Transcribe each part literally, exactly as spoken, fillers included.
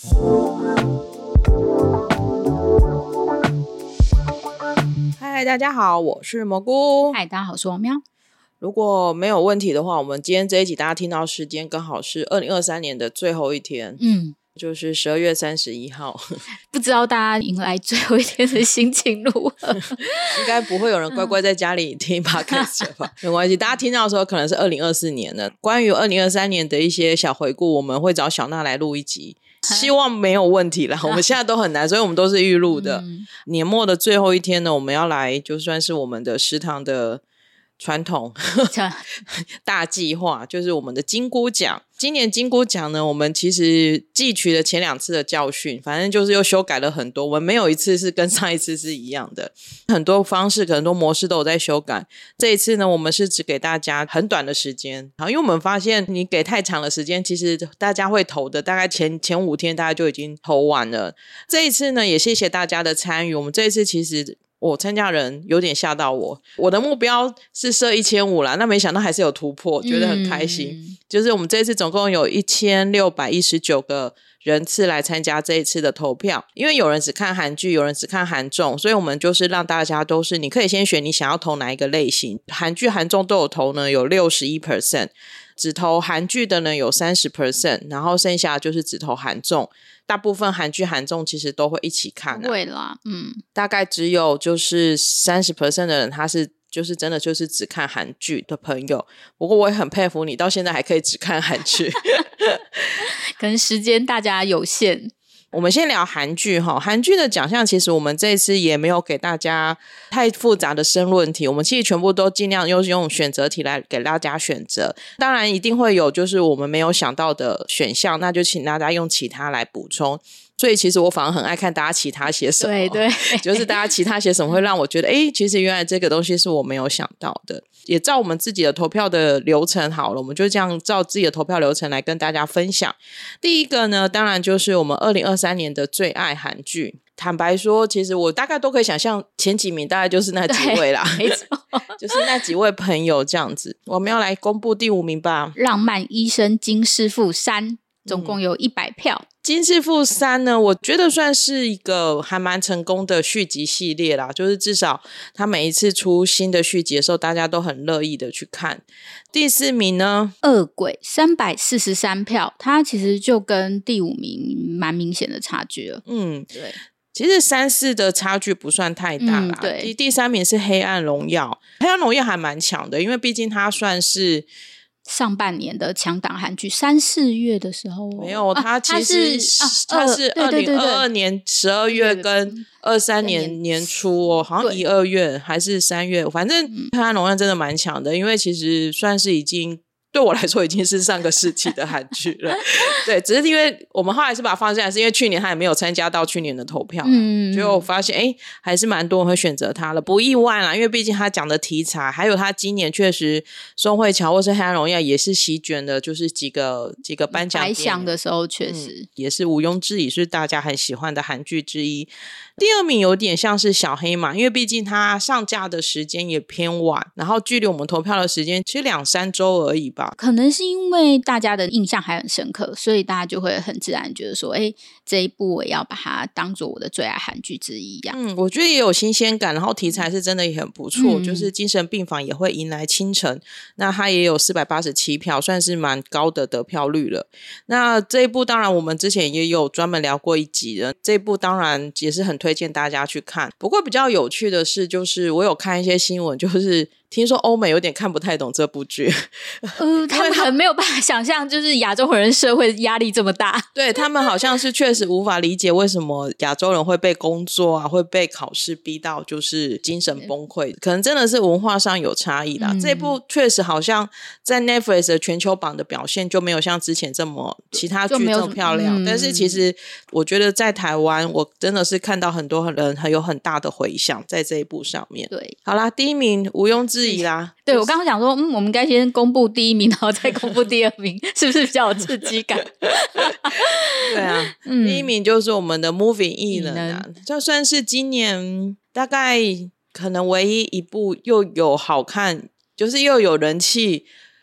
嗨，大家好，我是蘑菇。 嗨，大家好，我是王喵。 如果没有问题的话，我们今天这一集大家听到时间刚好是二零二三年的最后一天，嗯，就是十二月三十一号。 不知道大家迎来最后一天的心情如何？ 应该不会有人乖乖在家里听 podcast 吧？没关系，大家听到的时候可能是二零二四年了。关于二零二三年的一些小回顾，我们会找小娜来录一集。希望没有问题啦，我们现在都很难，所以我们都是预录的、嗯、年末的最后一天呢，我们要来就算是我们的食堂的传统大计划，就是我们的金菇奖。今年金菇奖呢，我们其实汲取了前两次的教训，反正就是又修改了很多，我们没有一次是跟上一次是一样的，很多方式很多模式都有在修改。这一次呢，我们是只给大家很短的时间，因为我们发现你给太长的时间，其实大家会投的大概前前五天大家就已经投完了。这一次呢，也谢谢大家的参与，我们这一次其实我参加人有点吓到我，我的目标是设一千五啦，那没想到还是有突破，觉得很开心、嗯、就是我们这一次总共有一千六百一十九个人次来参加这一次的投票，因为有人只看韩剧，有人只看韩综，所以我们就是让大家都是你可以先选你想要投哪一个类型，韩剧韩综都有投呢，有 百分之六十一， 只投韩剧的呢有 百分之三十， 然后剩下就是只投韩综，大部分韩剧韩综其实都会一起看、啊、 对啦，嗯， 大概只有就是 百分之三十 的人他是就是真的就是只看韩剧的朋友，不过我也很佩服你到现在还可以只看韩剧可能时间大家有限。 我们先聊韩剧哈，韩剧的奖项其实我们这一次也没有给大家太复杂的申论题，我们其实全部都尽量用用选择题来给大家选择，当然一定会有就是我们没有想到的选项，那就请大家用其他来补充。所以其实我反而很爱看大家其他写什么， 对对， 就是大家其他写什么会让我觉得诶，其实原来这个东西是我没有想到的。也照我们自己的投票的流程好了，我们就这样照自己的投票流程来跟大家分享。第一个呢，当然就是我们二零二三年的最爱韩剧。坦白说，其实我大概都可以想象前几名大概就是那几位啦， 没错就是那几位朋友这样子。我们要来公布第五名吧。 浪漫医生金师傅三，总共有一百票、嗯， 金师傅三呢，我觉得算是一个还蛮成功的续集系列啦，就是至少他每一次出新的续集的时候大家都很乐意的去看。第四名呢， 恶鬼三百四十三票，他其实就跟第五名蛮明显的差距了。 嗯，对，其实三四的差距不算太大啦、嗯、对。第三名是黑暗荣耀，黑暗荣耀还蛮强的，因为毕竟它算是上半年的强档韩剧，三四月的时候、哦、 没有，它其实它是二零二二年十二月跟二三年年初哦，好像一二月还是三月，反正黑暗荣耀真的蛮强的，因为其实算是已经对我来说已经是上个世纪的韩剧了对，只是因为我们后来是把它放下来，是因为去年他也没有参加到去年的投票，嗯，结果我发现诶还是蛮多人会选择他了，不意外啦，因为毕竟他讲的题材还有他今年确实宋慧乔或是黑暗荣耀也是席卷的就是几个几个颁奖白想的时候确实、 嗯、也是毋庸置疑是大家很喜欢的韩剧之一。第二名有点像是小黑马，因为毕竟它上架的时间也偏晚，然后距离我们投票的时间其实两三周而已吧， 可能是因为大家的印象还很深刻，所以大家就会很自然觉得说诶这一部我也要把它当作我的最爱韩剧之一呀。 嗯，我觉得也有新鲜感，然后题材是真的也很不错、嗯、就是精神病房也会迎来清晨，那它也有四百八十七票，算是蛮高的得票率了。那这一部当然我们之前也有专门聊过一集的，这一部当然也是很推荐大家去看。不过比较有趣的是就是我有看一些新闻，就是听说欧美有点看不太懂这部剧呃，他们很没有办法想象就是亚洲人社会压力这么大， 对，他们好像是确实无法理解为什么亚洲人会被工作啊会被考试逼到就是精神崩溃，可能真的是文化上有差异啦、嗯、这部确实好像在 Netflix 的全球榜的表现就没有像之前这么其他剧这么漂亮、嗯、但是其实我觉得在台湾我真的是看到很多人很有很大的回响在这一部上面。 对， 好啦，第一名毋庸置疑啦。 对，我刚刚想说嗯，我们应该先公布第一名然后再公布第二名是不是比较有刺激感对啊、嗯、第一名就是我们的 Moving 艺人啊，这算是今年大概可能唯一一部又有好看就是又有人气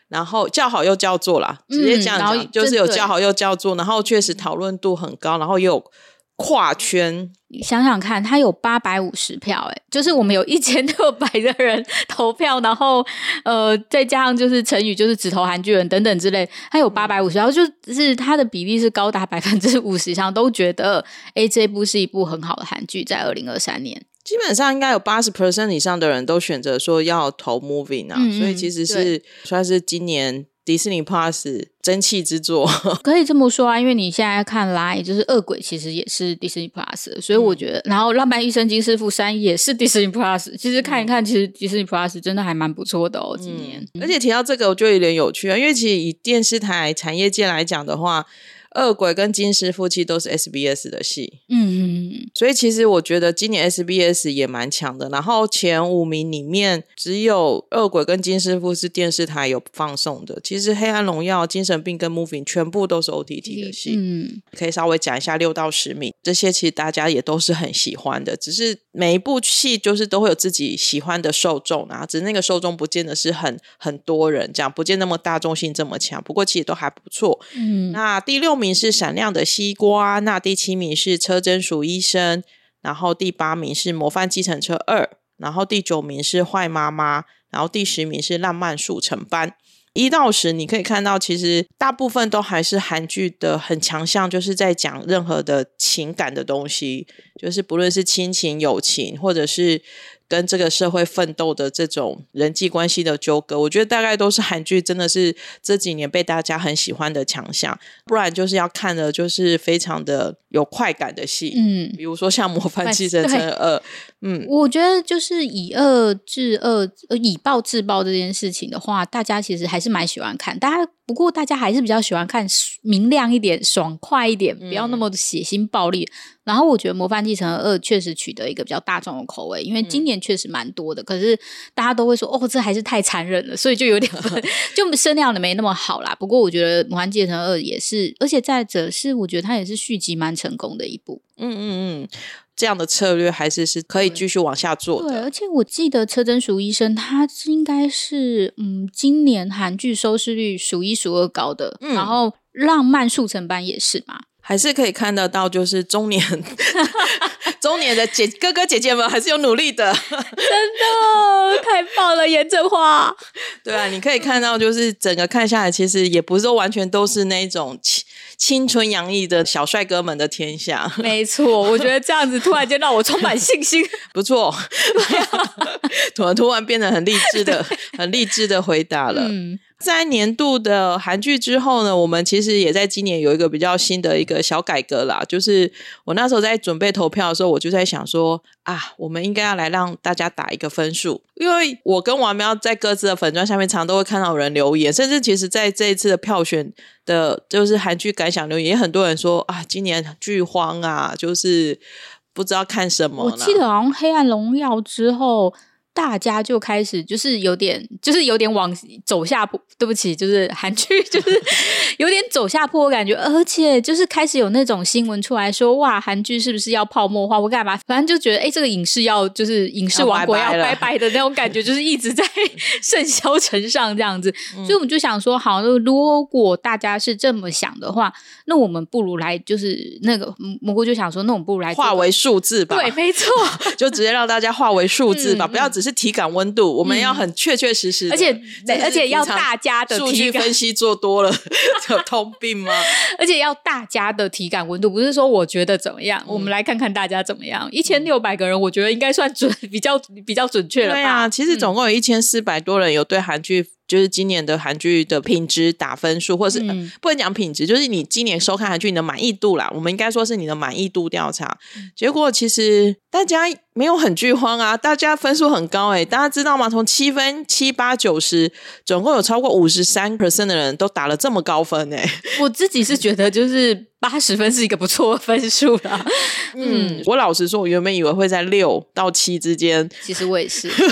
然后叫好又叫座啦，直接这样讲、嗯、就是有叫好又叫座，然后确实讨论度很高，然后也有跨圈。 你想想看，他有八百五十票、欸，就是我们有一千六百的人投票，然后呃，再加上就是成语就是只投韩剧人等等之类，他有八百五十票，就是他的比例是高达百分之五十以上，都觉得哎，这部是一部很好的韩剧，在二零二三年。 基本上应该有 百分之八十 以上的人都选择说要投 Moving 啊、嗯、所以其实是算是今年迪士尼 Plus 争气之作。 可以这么说啊，因为你现在看来就是恶鬼其实也是 Disney Plus， 所以我觉得、嗯、然后浪漫医生金师傅三也是 Disney Plus， 其实看一看其实 Disney Plus 真的还蛮不错的哦今年、 嗯、而且提到这个我就有点有趣啊，因为其实以电视台产业界来讲的话，恶鬼跟金师傅其实都是 S B S 的戏，嗯，所以其实我觉得今年 S B S 也蛮强的，然后前五名里面只有恶鬼跟金师傅是电视台有放送的，其实黑暗荣耀、精神病跟 Moving 全部都是 O T T 的戏，嗯，可以稍微讲一下六到十名，这些其实大家也都是很喜欢的，只是每一部戏就是都会有自己喜欢的受众啊，只是那个受众不见得是很很多人这样，不见那么大众性这么强，不过其实都还不错，嗯，那第六名是闪亮的西瓜，那第七名是车真淑医生，然后第八名是模范计程车二，然后第九名是坏妈妈，然后第十名是浪漫速成班。一到十你可以看到其实大部分都还是韩剧的很强项，就是在讲任何的情感的东西，就是不论是亲情友情或者是跟这个社会奋斗的这种人际关系的纠葛，我觉得大概都是韩剧真的是这几年被大家很喜欢的强项，不然就是要看的就是非常的有快感的戏，嗯，比如说像模范计程车二，嗯， 我觉得就是以恶制恶以暴制暴这件事情的话，大家其实还是蛮喜欢看，大家不过大家还是比较喜欢看明亮一点爽快一点，不要那么血腥暴力、嗯、然后我觉得模范计程车二确实取得一个比较大众的口味，因为今年确实蛮多的、嗯、可是大家都会说哦这还是太残忍了，所以就有点就声量的没那么好啦，不过我觉得模范计程车二也是，而且再者是我觉得它也是续集蛮成功的一部， 嗯嗯嗯，这样的策略还是是可以继续往下做的。 对，而且我记得车真淑医生他应该是嗯今年韩剧收视率数一数二高的、嗯、然后浪漫速成班也是嘛， 还是可以看得到就是中年中年的姐哥哥姐姐们还是有努力的真的太棒了严正花对啊，你可以看到就是整个看下来其实也不是说完全都是那种青春洋溢的小帅哥们的天下， 没错，我觉得这样子突然间让我充满信心不错突然突然变得很励志的很励志的回答了、嗯，在年度的韩剧之后呢，我们其实也在今年有一个比较新的一个小改革啦，就是我那时候在准备投票的时候，我就在想说啊，我们应该要来让大家打一个分数，因为我跟王喵在各自的粉专下面常常都会看到有人留言，甚至其实在这一次的票选的就是韩剧感想留言，也很多人说啊，今年剧荒啊，就是不知道看什么。 我记得好像黑暗荣耀之后大家就开始就是有点就是有点往走下坡，对不起，就是韩剧就是有点走下坡的感觉，而且就是开始有那种新闻出来说哇韩剧是不是要泡沫化或干嘛，反正就觉得哎，这个影视要就是影视王国要拜拜的那种感觉就是一直在盛嚣尘上这样子、嗯、所以我们就想说好，如果大家是这么想的话，那我们不如来就是那个蘑菇就想说那我们不如来化为数字吧， 对没错就直接让大家化为数字吧、嗯、不要只是体感温度、嗯、我们要很确确实实的， 而且而且要大家的体感数据分析做多了有通病吗？ 而且要大家的体感温度，不是说我觉得怎么样、嗯、我们来看看大家怎么样，一千六百个人我觉得应该算准比较比较准确了吧。 对啊，其实总共有一千四百多人有对韩剧、嗯就是今年的韩剧的品质打分数，或者是、嗯呃、不能讲品质，就是你今年收看韩剧你的满意度啦，我们应该说是你的满意度调查、嗯、结果其实大家没有很剧荒啊，大家分数很高诶、欸、大家知道吗？从七分七八九十总共有超过 百分之五十三 的人都打了这么高分诶、欸、 我自己是觉得就是八十分是一个不错的分数啦嗯, 嗯我老实说我原本以为会在六到七之间， 其实我也是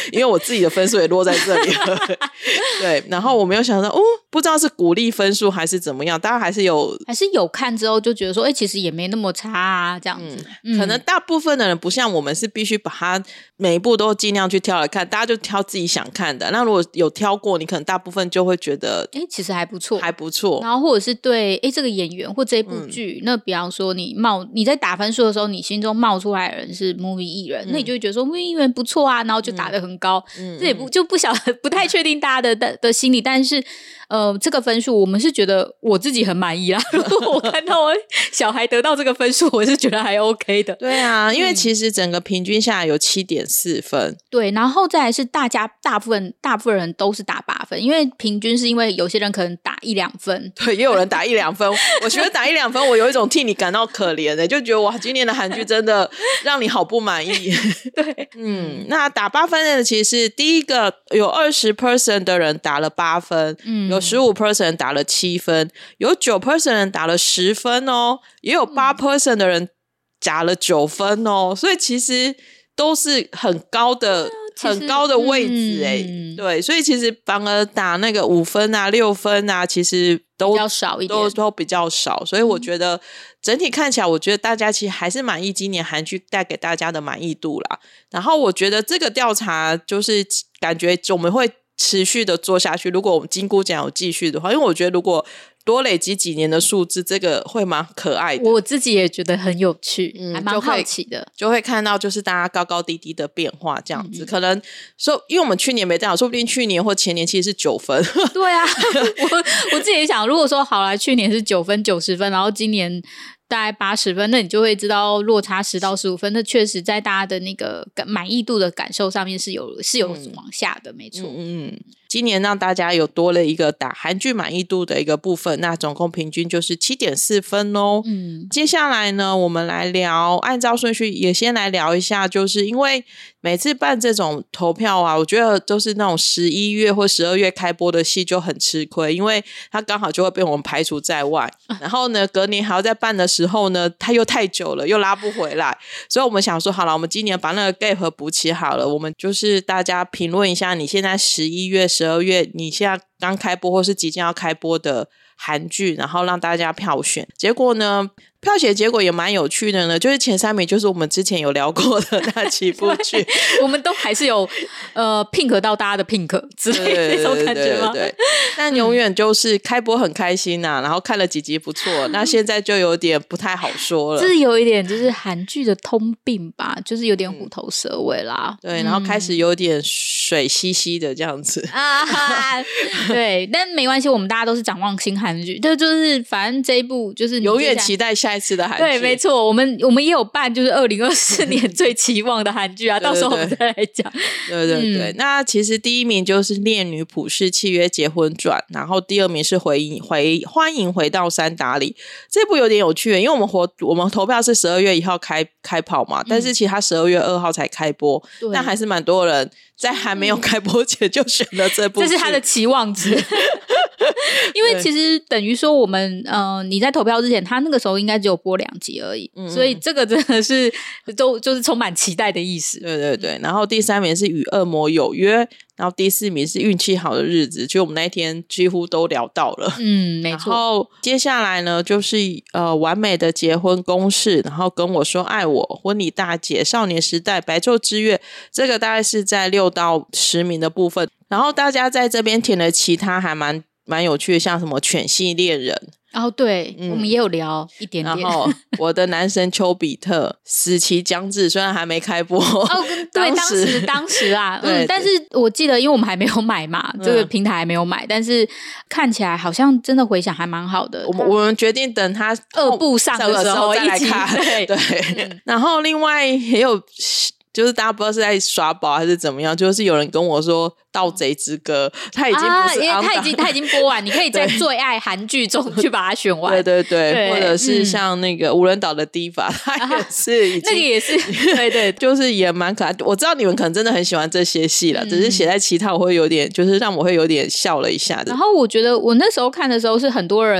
因为我自己的分数也落在这里了对，然后我没有想到哦，不知道是鼓励分数还是怎么样，大家还是有还是有看之后就觉得说哎、欸，其实也没那么差啊这样子、 嗯嗯、可能大部分的人不像我们是必须把它每一部都尽量去挑来看，大家就挑自己想看的，那如果有挑过你可能大部分就会觉得哎、欸，其实还不错还不错， 然后或者是对哎、欸、这个演员或这部剧、嗯、那比方说你冒你在打分数的时候你心中冒出来的人是 movie 艺人、嗯、那你就会觉得说 movie 艺人不错啊，然后就打得很高、嗯、这也不就不晓得不太确定大家的的的心理，但是呃，这个分数我们是觉得我自己很满意啦如果我看到我小孩得到这个分数我是觉得还 OK 的。 对啊，因为其实整个平均下来有 七点四 分。 对，然后再来是大家大部分大部分人都是打八分，因为平均是因为有些人可能打一两分， 对，也有人打一两分我觉得打一两分我有一种替你感到可怜的、欸、就觉得哇今年的韩剧真的让你好不满意对， 嗯，那打八分的其实第一个有 百分之二十 的人打了八分，嗯，有 百分之十五 人打了七分，有 百分之九 的人打了十分哦，也有 百分之八 的人打了九分哦，所以其实都是很高的很高的位置欸、嗯、对，所以其实反而打那个五分啊六分啊其实都比较少一点， 都都比较少，所以我觉得整体看起来我觉得大家其实还是满意今年韩剧带给大家的满意度啦。然后我觉得这个调查就是感觉我们会持续的做下去，如果我们金菇奖有继续的话，因为我觉得如果多累积几年的数字这个会蛮可爱的， 我自己也觉得很有趣、嗯、还蛮好奇的， 就会看到就是大家高高低低的变化这样子、嗯、可能说因为我们去年没这样，说不定去年或前年其实是九分对啊我, 我自己也想如果说好啦去年是九分九十分，然后今年大概八十分，那你就会知道落差十到十五分，那确实在大家的那个满意度的感受上面是有是有往下的、嗯、没错。 嗯嗯，今年让大家有多了一个打韩剧满意度的一个部分，那总共平均就是 七点四 分哦。嗯，接下来呢我们来聊，按照顺序也先来聊一下，就是因为每次办这种投票啊，我觉得都是那种十一月或十二月开播的戏就很吃亏，因为它刚好就会被我们排除在外、啊、然后呢隔年还要再办的时候呢它又太久了又拉不回来，所以我们想说好了，我们今年把那个 gap 补齐好了，我们就是大家评论一下你现在十一月十二月你现在刚开播或是即将要开播的韩剧，然后让大家票选。结果呢票选结果也蛮有趣的呢，就是前三名就是我们之前有聊过的那几部剧我们都还是有呃 pink 到大家的 pink 之类的那种感觉吗？对对对对， 但永远就是开播很开心啊，然后看了几集不错那现在就有点不太好说了， 这是有一点就是韩剧的通病吧，就是有点虎头蛇尾啦、 嗯、对，然后开始有点水兮兮的这样子、嗯、 啊对，但没关系，我们大家都是展望新韩剧，这就是反正这一部就是永远期待下一次的韩剧， 对没错，我们我们也有办就是二零二四年最期望的韩剧啊到时候我们再来讲。 对对对、嗯、那其实第一名就是《烈女普世契约结婚传》，然后第二名是回回欢迎回到三达里，这部有点有趣，因为我们活我们投票是十二月一号开开跑嘛，但是其实他十二月二号才开播、嗯、但还是蛮多人在还没有开播前就选了这部剧， 这是他的期望值因为其实等于说我们呃你在投票之前他那个时候应该只有播两集而已、嗯、所以这个真的是都就是充满期待的意思。 对对对，然后第三名是与恶魔有约，然后第四名是运气好的日子，就我们那一天几乎都聊到了。 嗯，没错。 然后接下来呢就是呃完美的结婚公式，然后跟我说爱我，婚礼大姐，少年时代，白昼之月，这个大概是在六到十名的部分。然后大家在这边填了其他还蛮蛮有趣的，像什么犬系恋人哦对、嗯、我们也有聊一点点， 然后我的男神丘比特，死期将至，虽然还没开播哦对当时当时啊嗯，但是我记得因为我们还没有买嘛、嗯、这个平台还没有买，但是看起来好像真的回响还蛮好的， 我们我们决定等它二部上的时候再来看对, 对、嗯、然后另外也有就是大家不知道是在耍宝还是怎么样，就是有人跟我说盗贼之歌他已经不是、 啊、他已经他已经播完，你可以在最爱韩剧中去把它选完对对 对, 对或者是像那个无人岛的 Diva、嗯、他也是已经、啊、 那个也是对对就是也蛮可爱，我知道你们可能真的很喜欢这些戏啦、嗯、只是写在其他我会有点就是让我会有点笑了一下的。 然后我觉得我那时候看的时候是很多人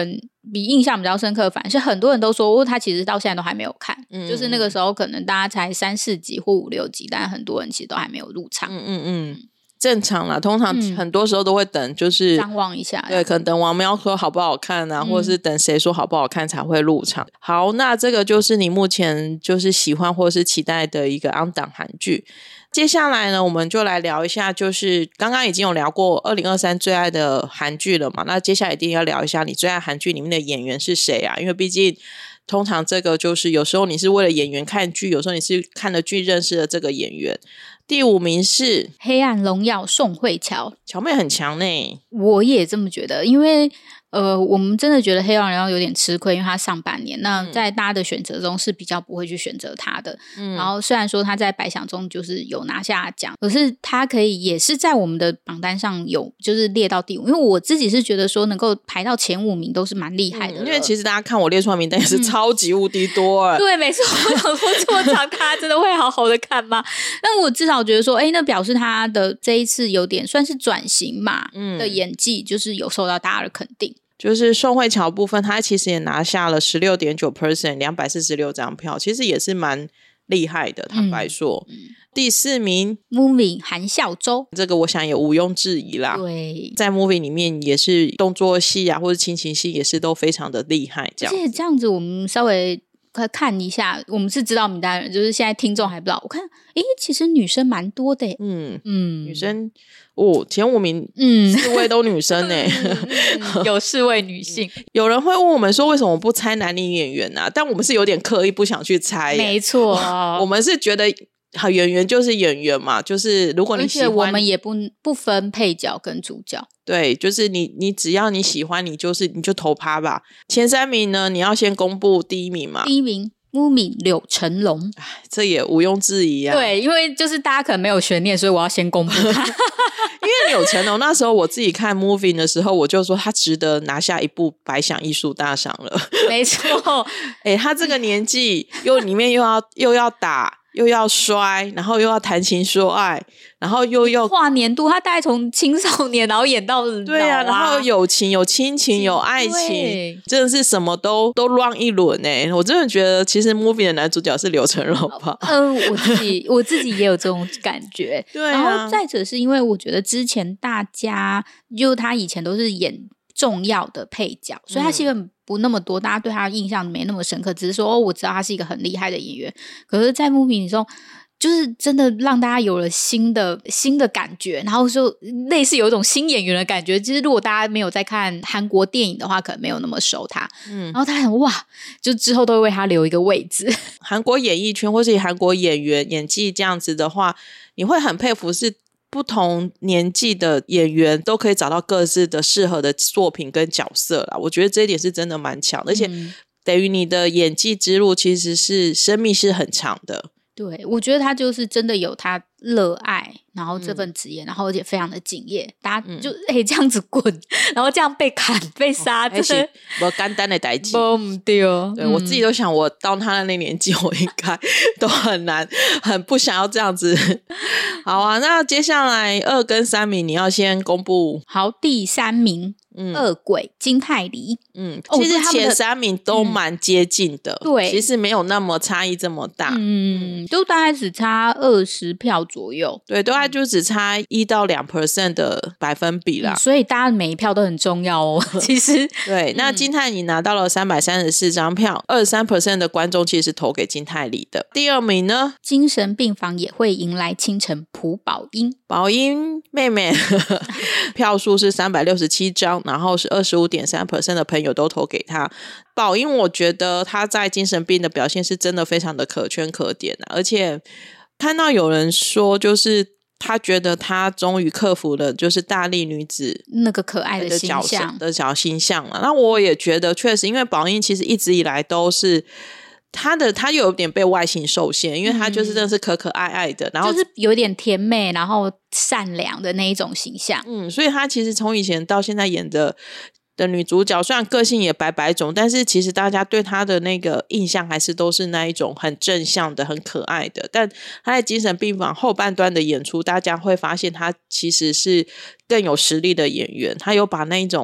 比印象比较深刻，反而是很多人都说他其实到现在都还没有看， 嗯就是那个时候可能大家才三四集或五六集，但很多人其实都还没有入场。 嗯嗯嗯，正常啦，通常很多时候都会等，就是张望一下， 对，可能等王喵说好不好看啊，嗯、或者是等谁说好不好看才会入场。好，那这个就是你目前就是喜欢或是期待的一个 on 档韩剧。接下来呢，我们就来聊一下，就是刚刚已经有聊过二零二三最爱的韩剧了嘛，那接下来一定要聊一下你最爱韩剧里面的演员是谁啊？因为毕竟通常这个就是有时候你是为了演员看剧，有时候你是看了剧认识了这个演员。第五名是《 黑暗荣耀》宋慧乔， 乔妹很强呢。 我也这么觉得，因为呃，我们真的觉得《黑暗荣耀》有点吃亏，因为他上半年那在大家的选择中是比较不会去选择他的。嗯、然后虽然说他在百想中就是有拿下奖，可是他可以也是在我们的榜单上有就是列到第五，因为我自己是觉得说能够排到前五名都是蛮厉害的、嗯。 因为其实大家看我列出来名单也是超级无敌多、欸嗯。对，没错，我想说这么长，大家真的会好好的看吗？但我至少觉得说，哎，那表示他的这一次有点算是转型嘛、嗯、的演技，就是有受到大家的肯定。 就是宋慧乔部分，他其实也拿下了 百分之十六点九 两百四十六张票，其实也是蛮厉害的，坦白说。嗯嗯、第四名 Moving 韩孝周， 这个我想也毋庸置疑啦。 对， 在 Moving 里面也是动作戏啊，或者亲情戏也是都非常的厉害。这样， 而且这样子我们稍微看一下，我们是知道名单的人，就是现在听众还不知道。我看，诶，其实女生蛮多的耶。嗯嗯，女生哦，前五名，嗯，四位都女生呢、 嗯，有四位女性。 有人会问我们说，为什么不猜男女演员啊？但我们是有点刻意不想去猜。 没错， 我们是觉得演员就是演员嘛，就是如果你喜欢， 而且我们也不不分配角跟主角。 对，就是你，你只要你喜欢，你就是你就投趴吧。前三名呢，你要先公布第一名嘛。 第一名Moving 柳成龙， 这也毋庸置疑啊。 对，因为就是大家可能没有悬念，所以我要先公布他。 因为柳成龙那时候我自己看 Moving 的时候，我就说他值得拿下一部百想艺术大赏了。 没错， 哎，他这个年纪又里面又要又要打。又要摔，然后又要谈情说爱，然后又要跨年度，他大概从青少年然后演到老啊， 对啊，然后有友情、有亲情、有爱情，真的是什么都都乱一轮哎！我真的觉得，其实 Movie 的男主角是柳成龙吧？ 嗯、呃，我自己我自己也有这种感觉。 对、啊， 然后再者是因为我觉得之前大家就他以前都是演重要的配角，所以他戏份不那么多，大家对他的印象没那么深刻，只是说哦，我知道他是一个很厉害的演员。可是在 Movie 中就是真的让大家有了新的新的感觉，然后就类似有一种新演员的感觉。其实如果大家没有在看韩国电影的话，可能没有那么熟他，嗯，然后他很哇，就之后都会为他留一个位置。 韩国演艺圈或是韩国演员演技这样子的话，你会很佩服是不同年纪的演员都可以找到各自的适合的作品跟角色啦，我觉得这一点是真的蛮强的，而且等于你的演技之路其实是生命是很长的。 对，我觉得他就是真的有他热爱，然后这份职业、嗯、然后而且非常的敬业，大家就哎、嗯欸、这样子滚，然后这样被砍被杀，这是不简单的代志。 不对哦， 对、嗯、我自己都想，我到他的那年纪，我应该都很难，很不想要这样子。好啊，那接下来二跟三名你要先公布。 好，第三名。嗯，恶鬼金泰梨， 嗯，其实前三名都蛮接近的、嗯，对，其实没有那么差异这么大， 嗯，都大概只差二十票左右， 对，大概就只差一到两 percent 的百分比啦、 嗯，所以大家每一票都很重要哦。其实， 对，那金泰梨拿到了三百三十四张票，二十三 percent 的观众其实是投给金泰梨的。第二名呢， 精神病房也会迎来清晨，朴宝英， 宝英妹妹票数是三百六十七张。然后是 百分之二十五点三 的朋友都投给他。宝英我觉得他在精神病的表现是真的非常的可圈可点、啊、而且看到有人说就是他觉得他终于克服了就是大力女子那个可爱的形象的小形象了。那我也觉得确实，因为宝英其实一直以来都是他的他有点被外形受限，因为他就是真的是可可爱爱的、嗯、然后就是有点甜美然后善良的那一种形象。 嗯，所以他其实从以前到现在演的的女主角虽然个性也百百种，但是其实大家对她的那个印象还是都是那一种很正向的很可爱的。但她在精神病房后半段的演出，大家会发现她其实是更有实力的演员，她有把那一种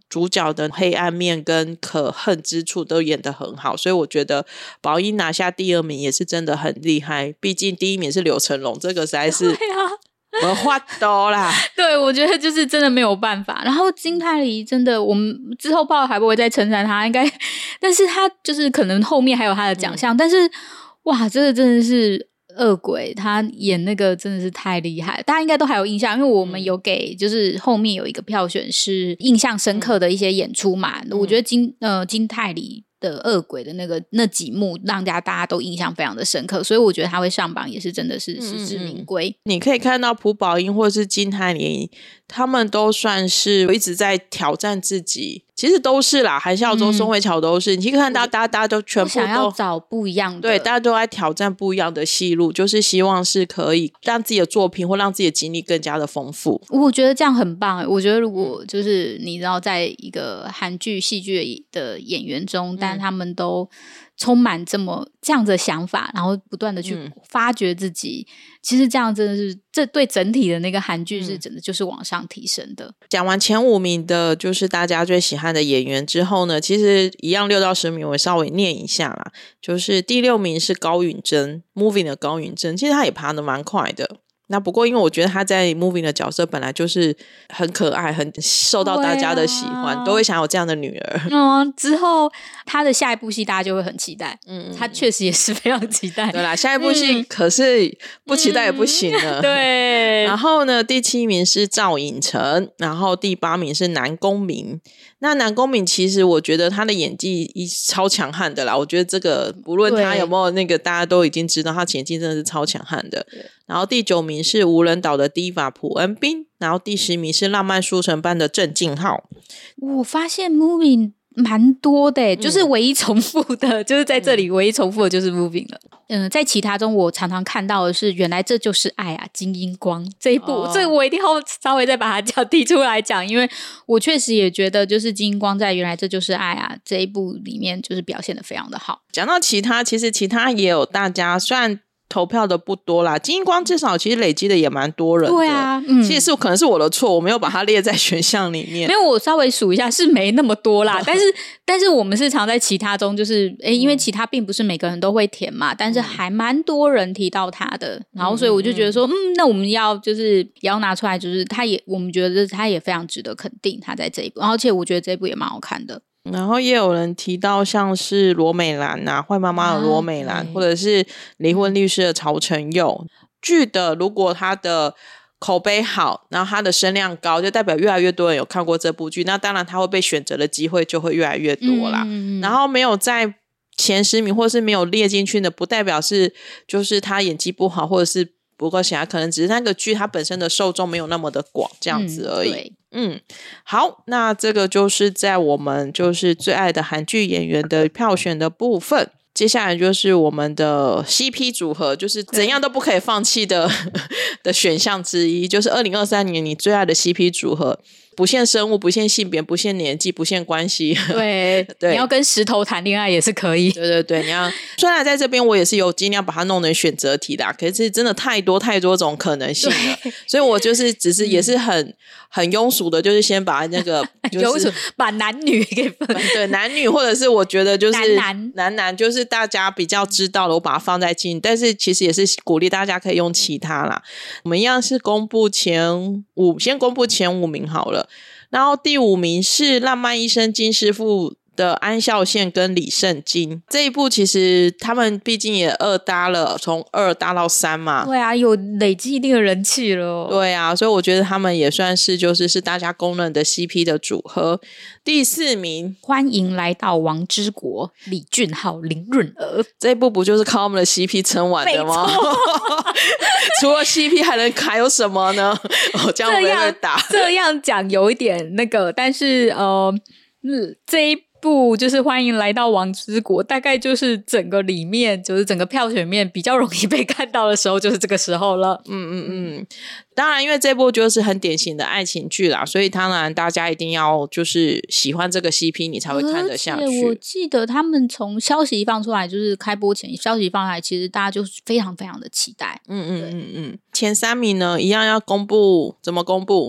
主角的黑暗面跟可恨之处都演得很好，所以我觉得宝英拿下第二名也是真的很厉害，毕竟第一名是刘成龙，这个实在是对啊没话多啦。 对，我觉得就是真的没有办法。然后金泰梨真的，我们之后报还不会再称赞他，应该，但是他就是可能后面还有他的奖项，嗯、但是哇，这个真的是恶鬼，他演那个真的是太厉害，大家应该都还有印象，因为我们有给就是后面有一个票选是印象深刻的一些演出嘛，嗯、我觉得金呃金泰梨的恶鬼的那个那几幕让大家大家都印象非常的深刻，所以我觉得他会上榜也是真的是实至名归。 你可以看到朴宝英或是金泰梨他们都算是一直在挑战自己，其实都是啦，韩孝周、宋慧乔都是，你去看大家大家都全部都想要找不一样的， 对，大家都在挑战不一样的戏路，就是希望是可以让自己的作品或让自己的经历更加的丰富。 我觉得这样很棒，我觉得如果就是你知道在一个韩剧戏剧的演员中，但他们都充满这么这样的想法，然后不断的去发掘自己、嗯、其实这样真的是这对整体的那个韩剧是真的就是往上提升的。 讲完前五名的就是大家最喜欢的演员之后呢，其实一样六到十名我稍微念一下啦，就是第六名是高允贞 Moving 的高允贞，其实他也爬得蛮快的，那不过因为我觉得他在 Moving 的角色本来就是很可爱，很受到大家的喜欢、啊、都会想有这样的女儿。 嗯，之后他的下一部戏大家就会很期待。嗯，他确实也是非常期待。 对啦，下一部戏可是不期待也不行了、嗯、 对。 然后呢第七名是赵寅成，然后第八名是南宫珉。那南宫珉其实我觉得他的演技超强悍的啦，我觉得这个不论他有没有那个大家都已经知道他演技真的是超强悍的。然后第九名是无人岛的 Diva 朴恩斌，然后第十名是浪漫书城班的郑敬浩。 我发现 Moving 蛮多的、嗯、就是唯一重复的就是在这里唯一重复的就是 Moving 了。嗯，在其他中我常常看到的是原来这就是爱啊，金英光这一部、哦、这个我一定要稍微再把它讲提出来讲，因为我确实也觉得就是金英光在原来这就是爱啊这一部里面就是表现得非常的好。 讲到其他，其实其他也有大家虽然投票的不多啦，金英光至少其实累积的也蛮多人的。 对啊，嗯， 其实是可能是我的错，我没有把它列在选项里面。 没有，我稍微数一下是没那么多啦，但是但是我们是常在其他中，就是诶，因为其他并不是每个人都会填嘛，但是还蛮多人提到他的，然后所以我就觉得说，嗯，那我们要就是也要拿出来，就是他也我们觉得他也非常值得肯定他在这一部，而且我觉得这一部也蛮好看的。 然后也有人提到像是罗美兰啊，坏妈妈的罗美兰、啊、或者是离婚律师的曹承佑。剧的如果他的口碑好，然后他的声量高，就代表越来越多人有看过这部剧，那当然他会被选择的机会就会越来越多啦、嗯、然后没有在前十名或是没有列进去的不代表是就是他演技不好或者是不够喜欢，可能只是那个剧它本身的受众没有那么的广这样子而已。嗯，嗯，好，那这个就是在我们就是最爱的韩剧演员的票选的部分。接下来就是我们的 C P 组合，就是怎样都不可以放弃的的选项之一，就是二零二三年你最爱的 C P 组合，不限生物，不限性别，不限年纪，不限关系。 对对，你要跟石头谈恋爱也是可以。 对对对，你要虽然在这边我也是有尽量把它弄成选择题的，可是真的太多太多种可能性了，所以我就是只是也是很、嗯、很庸俗的，就是先把那个就是把男女给分， 对男女或者是我觉得就是男男男男就是大家比较知道的，我把它放在进，但是其实也是鼓励大家可以用其他啦。我们一样是公布前五，先公布前五名好了。然后第五名是浪漫医生金师傅的安孝燮跟李圣经，这一部其实他们毕竟也二搭了，从二搭到三嘛。 对啊，有累积一定的人气了、哦。 对啊，所以我觉得他们也算是就是是大家公认的 C P 的组合。第四名， 欢迎来到王之国，李俊浩、林润儿， 这一部不就是靠他们的 C P 撑完的吗？除了 C P 还能还有什么呢？哦，这样我会被打。 这样讲有一点那个，但是呃，嗯、这一部就是欢迎来到王之国，大概就是整个里面就是整个票选面比较容易被看到的时候就是这个时候了。 嗯嗯嗯，当然因为这部就是很典型的爱情剧啦，所以当然大家一定要就是喜欢这个 C P 你才会看得下去。 而且我记得他们从消息一放出来，就是开播前消息一放出来，其实大家就非常非常的期待。 嗯嗯嗯嗯，前三名呢一样要公布，怎么公布？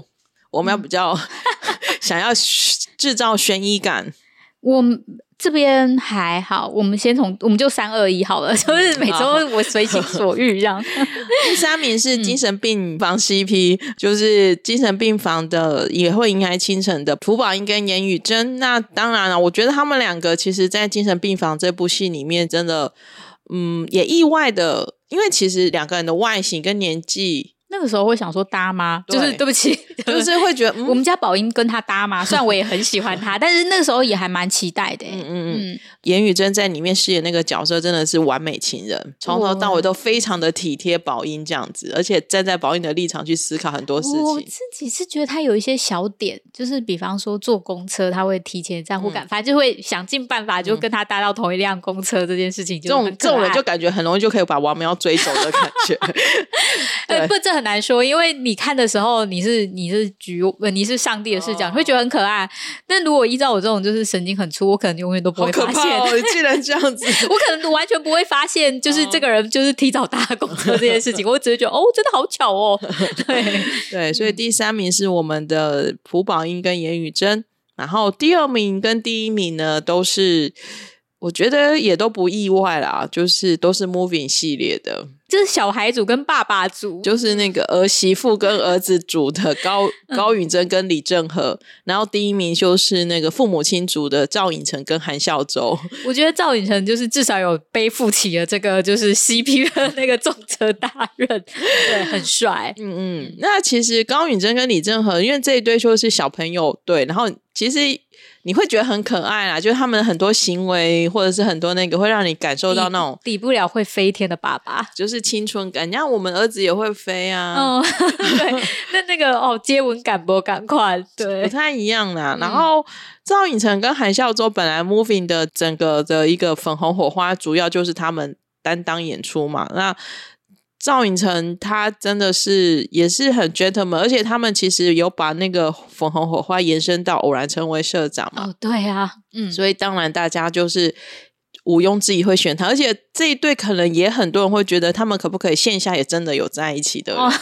我们要比较想要制造悬疑感。 我这边还好，我们先从我们就三二一好了，就是每周我随心所欲这样。 第三名是精神病房 C P，嗯、就是精神病房的也会迎来清晨的朴宝英跟严宇珍。那当然了，我觉得他们两个其实在精神病房这部戏里面真的，嗯，也意外的，因为其实两个人的外形跟年纪。 那个时候会想说搭吗？就是对不起， 就是会觉得、嗯、 我们家宝英跟他搭吗？虽然我也很喜欢他，但是那个时候也还蛮期待的、欸。嗯嗯嗯。严宇珍在里面饰演那个角色真的是完美情人，从头到尾都非常的体贴宝英这样子，而且站在宝英的立场去思考很多事情。 我自己是觉得他有一些小点，就是比方说坐公车他会提前在乎感、嗯、反正就会想尽办法就跟他搭到同一辆公车这件事情就很可爱， 这种这种人就感觉很容易就可以把王苗追走的感觉。 对，不，这很难说，因为你看的时候你是你是局你是上帝的视角、哦、你会觉得很可爱，但如果依照我这种就是神经很粗，我可能永远都不会发现。 好可怕哦，你竟然这样子。 我可能完全不会发现就是这个人就是提早搭公车这件事情、哦、我只是觉得哦真的好巧哦。对对，所以第三名是我们的朴宝英跟严宇珍，然后第二名跟第一名呢都是我觉得也都不意外啦，就是都是 Moving 系列的， 就是小孩组跟爸爸组， 就是那个儿媳妇跟儿子组的高高允贞跟李正和、嗯、然后第一名就是那个父母亲组的赵寅成跟韩孝周。 我觉得赵寅成就是至少有背负起了这个就是 C P 的那个重责大任。对，很帅。 嗯嗯，那其实高允贞跟李正和因为这一对就是小朋友对，然后其实你会觉得很可爱啦，就是他们很多行为或者是很多那个会让你感受到那种抵不了会飞天的爸爸， 就是青春感。你看我们儿子也会飞啊。 哦，对，那那个哦，接吻感不赶快，对， 不太一样啦。嗯、然后赵寅成跟韩孝周本来 Moving 的整个的一个粉红火花，主要就是他们担当演出嘛。那赵寅成他真的是也是很 gentleman， 而且他们其实有把那个粉红火花延伸到偶然成为社长嘛。 哦，对啊，嗯， 所以当然大家就是毋庸置疑会选他，而且这一对可能也很多人会觉得他们可不可以线下也真的有在一起的、哦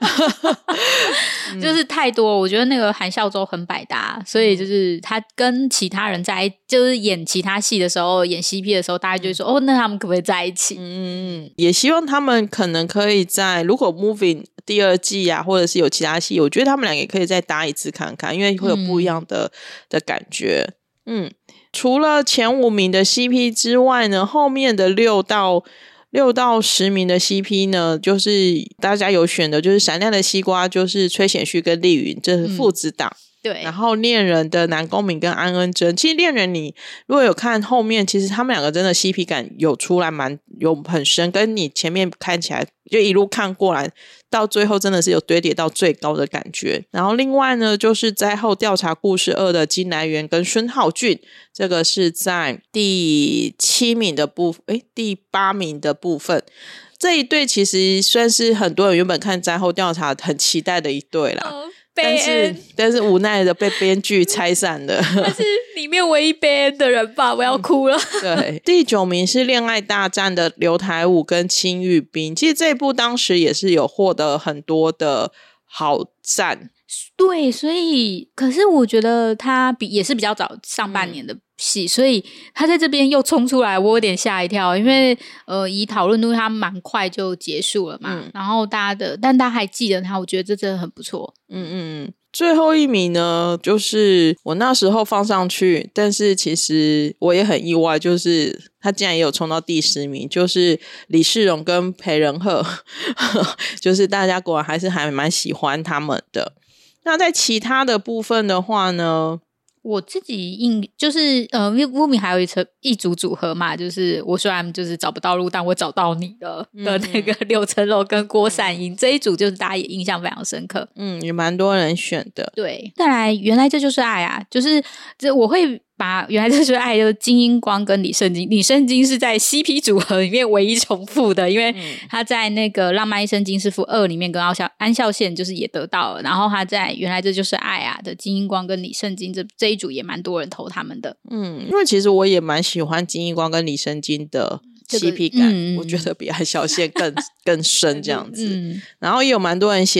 嗯、就是太多，我觉得那个韩孝周很百搭，所以就是他跟其他人在就是演其他戏的时候演 C P 的时候大家就会说、嗯、哦那他们可不可以在一起。 嗯，也希望他们可能可以在如果 Moving 第二季啊或者是有其他戏，我觉得他们俩也可以再搭一次看看，因为会有不一样的、嗯、的感觉。嗯，除了前五名的 C P 之外呢，后面的六到六到十名的 C P 呢，就是大家有选的，就是闪亮的西瓜，就是崔显旭跟丽云，这是父子档。嗯对， 然后恋人的南宫珉跟安恩珍，其实恋人你如果有看后面，其实他们两个真的 C P 感有出来蛮有很深，跟你前面看起来就一路看过来到最后真的是有堆叠到最高的感觉。然后另外呢就是灾后调查故事二的金来源跟孙浩俊，这个是在第七名的部分诶第八名的部分，这一对其实算是很多人原本看灾后调查很期待的一对啦、哦，但是但是无奈的被编剧拆散了。 但是里面唯一悲哀的人吧，我要哭了。 对，第九名是恋爱大战的刘台武跟青玉彬，其实这一部当时也是有获得很多的好赞。 对，所以可是我觉得他比也是比较早上半年的戏、嗯、所以他在这边又冲出来，我有点吓一跳，因为呃以讨论度他蛮快就结束了嘛、嗯、然后大家的但大家还记得他，我觉得这真的很不错。 嗯嗯嗯，最后一名呢就是我那时候放上去，但是其实我也很意外，就是他竟然也有冲到第十名，就是李世荣跟裴仁赫就是大家果然还是还蛮喜欢他们的。那在其他的部分的话呢， 我自己印就是呃 Moving 还有一层一组组合嘛，就是我虽然就是找不到路但我找到你的、嗯、的那个柳承柔跟郭善英、嗯、这一组就是大家也印象非常深刻。 嗯，也蛮多人选的。 对，再来原来这就是爱啊，就是这我会把原来这就是爱就是金英光跟李圣经，李圣经是在 C P 组合里面唯一重复的，因为他在那个浪漫医生金师傅二里面跟安孝燮就是也得到了，然后他在原来这就是爱啊的金英光跟李圣经这这一组也蛮多人投他们的。 嗯，因为其实我也蛮喜欢金英光跟李圣经的 C P 感、这个嗯、我觉得比安孝燮更更深这样子、嗯、然后也有蛮多人写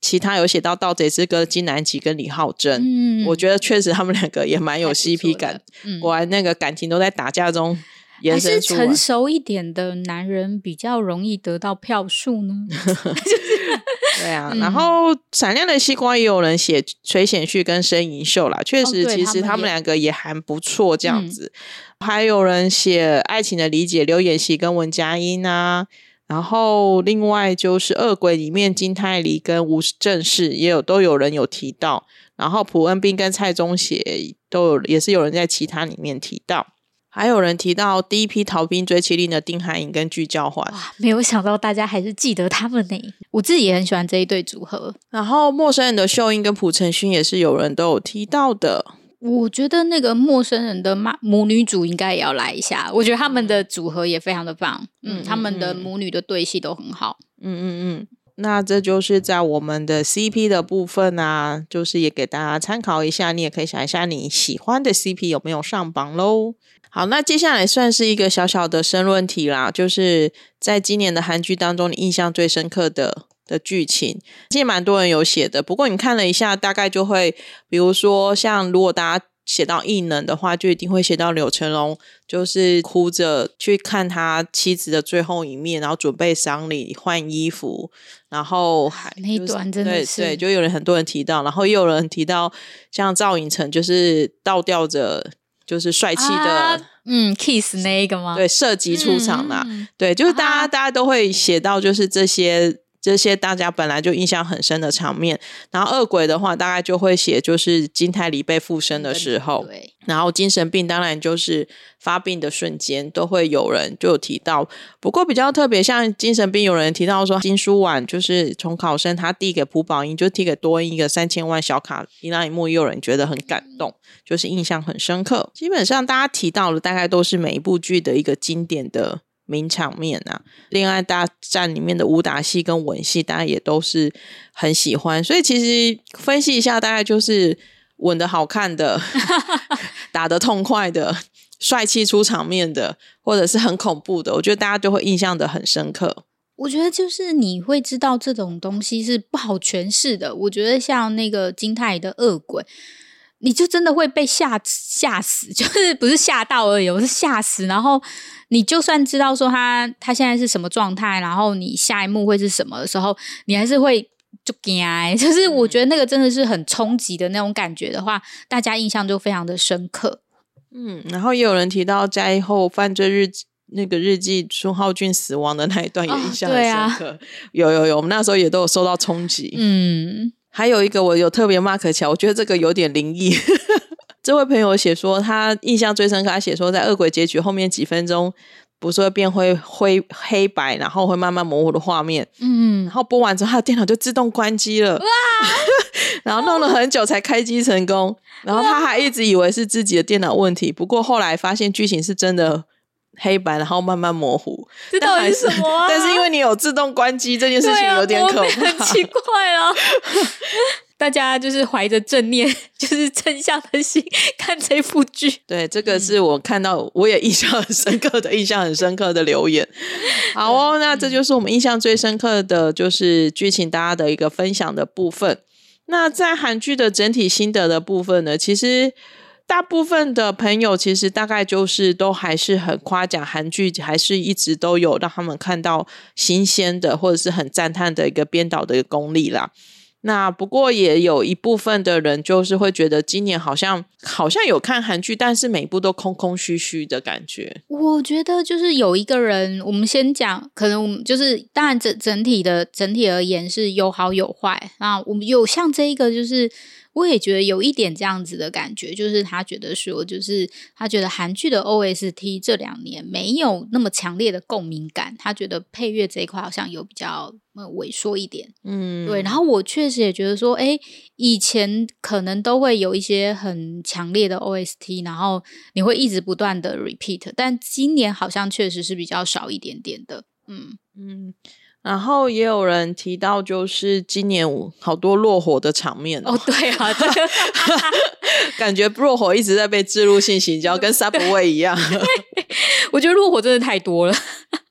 其他有写到盗贼之歌金南吉跟李浩珍、嗯、我觉得确实他们两个也蛮有 C P 感、嗯、果然那个感情都在打架中延伸出来。 还是成熟一点的男人比较容易得到票数呢对啊、嗯、然后闪亮的星光也有人写垂涎旭跟申银秀啦，确实、哦、其实他们两个也还不错这样子、嗯、还有人写爱情的理解刘演熙跟文佳音啊，然后另外就是恶鬼里面金泰梨跟吴正式也有都有人有提到，然后朴恩斌跟蔡宗协都有也是有人在其他里面提到，还有人提到第一批逃兵追麒麟的丁海寅跟具教焕。 哇，没有想到大家还是记得他们呢，我自己也很喜欢这一对组合。 然后陌生人的秀英跟朴成勋也是有人都有提到的。 我觉得那个陌生人的母女组应该也要来一下，我觉得他们的组合也非常的棒，嗯，嗯他们的母女的对戏都很好。 嗯嗯嗯，那这就是在我们的 C P 的部分啊，就是也给大家参考一下，你也可以想一下你喜欢的 C P 有没有上榜咯。好，那接下来算是一个小小的申论题啦，就是在今年的韩剧当中你印象最深刻的的剧情，其实蛮多人有写的，不过你看了一下大概就会比如说像如果大家写到异能的话，就一定会写到柳成龙就是哭着去看他妻子的最后一面，然后准备丧礼换衣服，然后还、就是、 那一段真的是对, 对就有人很多人提到，然后也有人提到像赵寅成就是倒吊着就是帅气的、啊、 嗯 kiss 那一个吗？ 对，射击出场啦、嗯、对，就是大家、啊、大家都会写到就是这些这些大家本来就印象很深的场面，然后恶鬼的话大概就会写就是金泰梨被附身的时候，对，然后精神病当然就是发病的瞬间都会有人就有提到。不过比较特别像精神病有人提到说金书婉就是重考生他递给朴宝英就递给多恩一个三千万小卡一那一幕，也有人觉得很感动，就是印象很深刻。基本上大家提到的大概都是每一部剧的一个经典的名场面啊，恋爱大战里面的武打戏跟吻戏大家也都是很喜欢，所以其实分析一下大概就是吻得好看的打得痛快的帅气出场面的或者是很恐怖的，我觉得大家就会印象的很深刻。 我觉得就是你会知道这种东西是不好诠释的，我觉得像那个金泰的恶鬼你就真的会被吓吓死，就是不是吓到而已，我是吓死。然后你就算知道说他他现在是什么状态，然后你下一幕会是什么的时候，你还是会就怕，就是我觉得那个真的是很冲击的那种感觉的话，大家印象就非常的深刻。 嗯，然后也有人提到灾后犯罪日那个日记孙浩俊死亡的那一段也印象很深刻、哦啊、有有有，我们那时候也都有受到冲击。嗯，还有一个我有特别 mark 起来，我觉得这个有点灵异这位朋友写说他印象最深刻，他写说在恶鬼结局后面几分钟不是会变灰灰黑白然后会慢慢模糊的画面，嗯，然后播完之后他的电脑就自动关机了，哇然后弄了很久才开机成功，然后他还一直以为是自己的电脑问题，不过后来发现剧情是真的黑白然后慢慢模糊， 这到底是什么啊？ 但是因为你有自动关机这件事情有点可怕、啊、 很奇怪啊大家就是怀着正念就是正向的心看这部剧。 对，这个是我看到、嗯、我也印象很深刻的印象很深刻的留言。好哦，那这就是我们印象最深刻的就是剧情大家的一个分享的部分。那在韩剧的整体心得的部分呢，其实大部分的朋友其实大概就是都还是很夸奖韩剧，还是一直都有让他们看到新鲜的或者是很赞叹的一个编导的一个功力啦。那不过也有一部分的人就是会觉得今年好像好像有看韩剧，但是每一部都空空虚虚的感觉。 我觉得就是有一个人，我们先讲，可能我们就是当然整整体的整体而言是有好有坏，那我们有像这一个就是我也觉得有一点这样子的感觉，就是他觉得说就是他觉得韩剧的 O S T 这两年没有那么强烈的共鸣感，他觉得配乐这一块好像有比较呃萎缩一点。嗯，对，然后我确实也觉得说诶以前可能都会有一些很强烈的 O S T， 然后你会一直不断的 repeat， 但今年好像确实是比较少一点点的。嗯嗯，然后也有人提到就是今年好多落火的场面 哦, 哦对啊这个感觉落火一直在被置入性行销跟 Subway 一样我觉得落火真的太多了我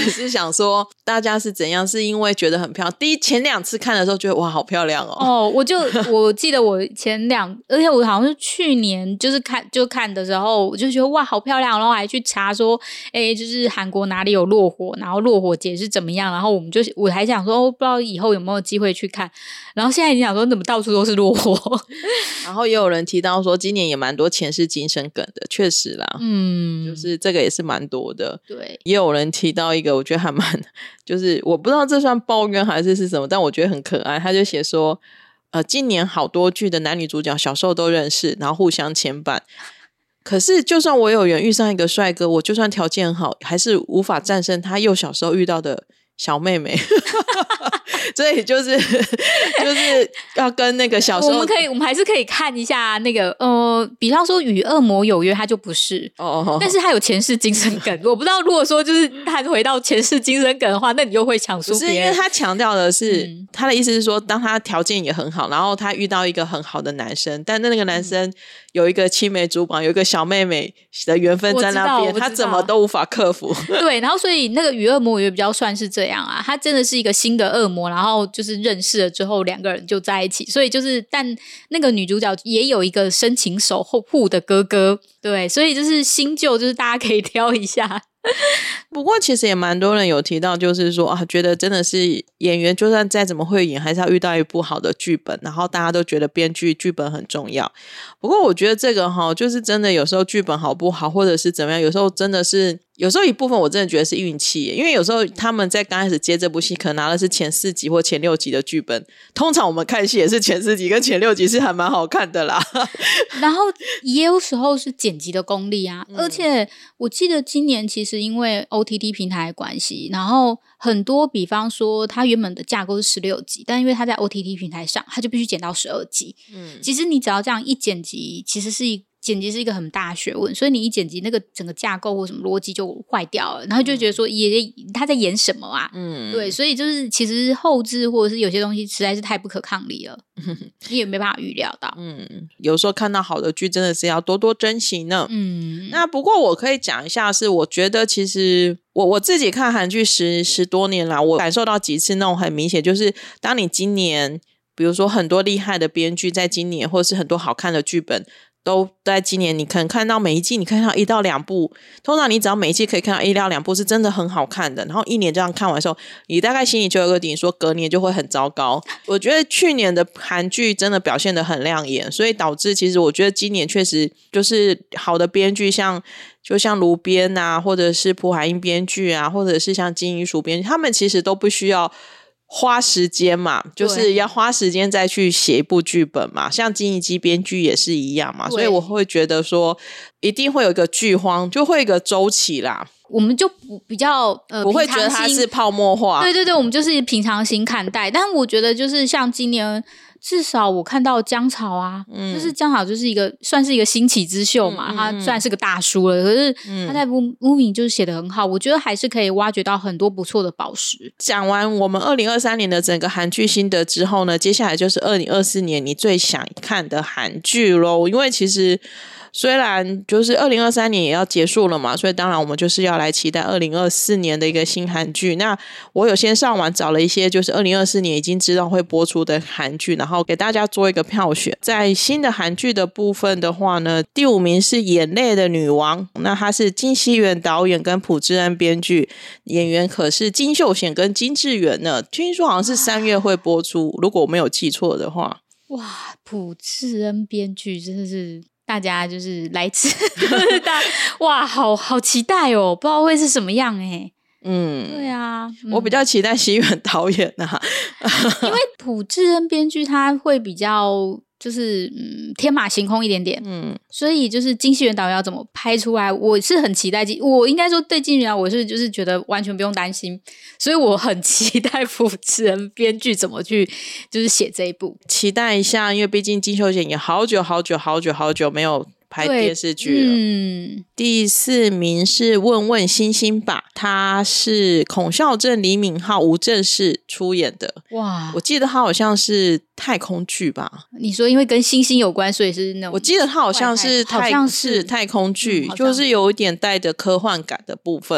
是想说大家是怎样，是因为觉得很漂亮，第一前两次看的时候觉得哇好漂亮哦。 哦，我就我记得我前两而且我好像是去年就是看就看的时候我就觉得哇好漂亮，然后还去查说诶就是韩国哪里有落火，然后落火节是怎么样，然后我们就我还想说、哦、不知道以后有没有机会去看，然后现在已经想说怎么到处都是落火然后也有人提到说今年也蛮多前世今生梗的，确实啦，嗯，就是这个也是蛮多的。 对， 也有人提到一个我觉得还蛮就是我不知道这算抱怨还是是什么，但我觉得很可爱，他就写说呃，今年好多剧的男女主角小时候都认识，然后互相牵绊，可是就算我有缘遇上一个帅哥，我就算条件好还是无法战胜他幼小时候遇到的小妹妹所以就是就是要跟那个小时候我们可以我们还是可以看一下那个呃，比方说与恶魔有约他就不是哦，但是他有前世今生梗我不知道如果说就是他回到前世今生梗的话，那你又会抢输别人。 不是因为他强调的是、嗯、他的意思是说当他条件也很好，然后他遇到一个很好的男生，但那个男生有一个青梅竹马有一个小妹妹的缘分在那边，他怎么都无法克服对，然后所以那个与恶魔也比较算是这样啊，他真的是一个新的恶魔，然后就是认识了之后两个人就在一起，所以就是但那个女主角也有一个深情守护的哥哥，对，所以就是新旧就是大家可以挑一下不过其实也蛮多人有提到就是说啊，觉得真的是演员就算再怎么会演还是要遇到一部好的剧本，然后大家都觉得编剧剧本很重要。不过我觉得这个齁就是真的有时候剧本好不好或者是怎么样，有时候真的是有时候一部分我真的觉得是运气耶，因为有时候他们在刚开始接这部戏可能拿的是前四集或前六集的剧本，通常我们看戏也是前四集跟前六集是还蛮好看的啦然后也有时候是剪辑的功力啊、嗯、而且我记得今年其实因为 O T T 平台的关系，然后很多比方说它原本的架构是十六集，但因为它在 O T T 平台上它就必须剪到十二集、嗯、其实你只要这样一剪辑其实是一剪辑是一个很大的学问，所以你一剪辑那个整个架构或什么逻辑就坏掉了，然后就觉得说也他在演什么啊，嗯，对，所以就是其实后制或者是有些东西实在是太不可抗力了你也没办法预料到， 嗯，有时候看到好的剧真的是要多多珍惜呢，嗯，那不过我可以讲一下是我觉得其实我我自己看韩剧十十多年来，我感受到几次那种很明显，就是当你今年比如说很多厉害的编剧在今年或者是很多好看的剧本都在今年，你可能看到每一季你看到一到两部，通常你只要每一季可以看到一到两部是真的很好看的，然后一年这样看完的时候你大概心里就有个底说隔年就会很糟糕。我觉得去年的韩剧真的表现得很亮眼，所以导致其实我觉得今年确实就是好的编剧，像就像卢编啊或者是朴海英编剧啊或者是像金鱼鼠编剧，他们其实都不需要花时间嘛，就是要花时间再去写一部剧本嘛，像金怡基编剧也是一样嘛，所以我会觉得说一定会有一个剧荒，就会有一个周期啦， 我们就比较呃不会觉得它是泡沫化， 对对对，我们就是平常心看待。但我觉得就是像今年至少我看到姜草啊、嗯、就是姜草就是一个算是一个新起之秀嘛、嗯嗯、他虽然是个大叔了，可是他在 Moving 就是写得很好，我觉得还是可以挖掘到很多不错的宝石。 讲完我们二零二三年的整个韩剧心得之后呢，接下来就是二零二四年你最想看的韩剧咯，因为其实虽然就是二零二三年也要结束了嘛，所以当然我们就是要来期待二零二四年的一个新韩剧。那我有先上网找了一些就是二零二四年已经知道会播出的韩剧，然后给大家做一个票选。在新的韩剧的部分的话呢，第五名是眼泪的女王，那她是金熙元导演跟朴智恩编剧，演员可是金秀贤跟金智媛呢，听说好像是三月会播出，如果我没有记错的话。 哇，朴智恩编剧真的是大家就是来自哇好好期待哦，不知道会是什么样哎。嗯，对啊、嗯、 我比较期待熙元导演啊因为朴智恩编剧他会比较就是嗯天马行空一点点，嗯，所以就是金熙元导演要怎么拍出来，我是很期待。我应该说对金熙元我是就是觉得完全不用担心，所以我很期待朴智恩编剧怎么去就是写这一部， 期待一下，因为毕竟金秀贤也好久好久好久好久没有拍电视剧了。嗯，第四名是问问星星吧，他是孔孝正、李敏镐、吴正式出演的。哇，我记得他好像是太空剧吧？ 你说因为跟星星有关，所以是那种？ 我记得他好像是太好像是是太空剧、嗯，就是有一点带着科幻感的部分。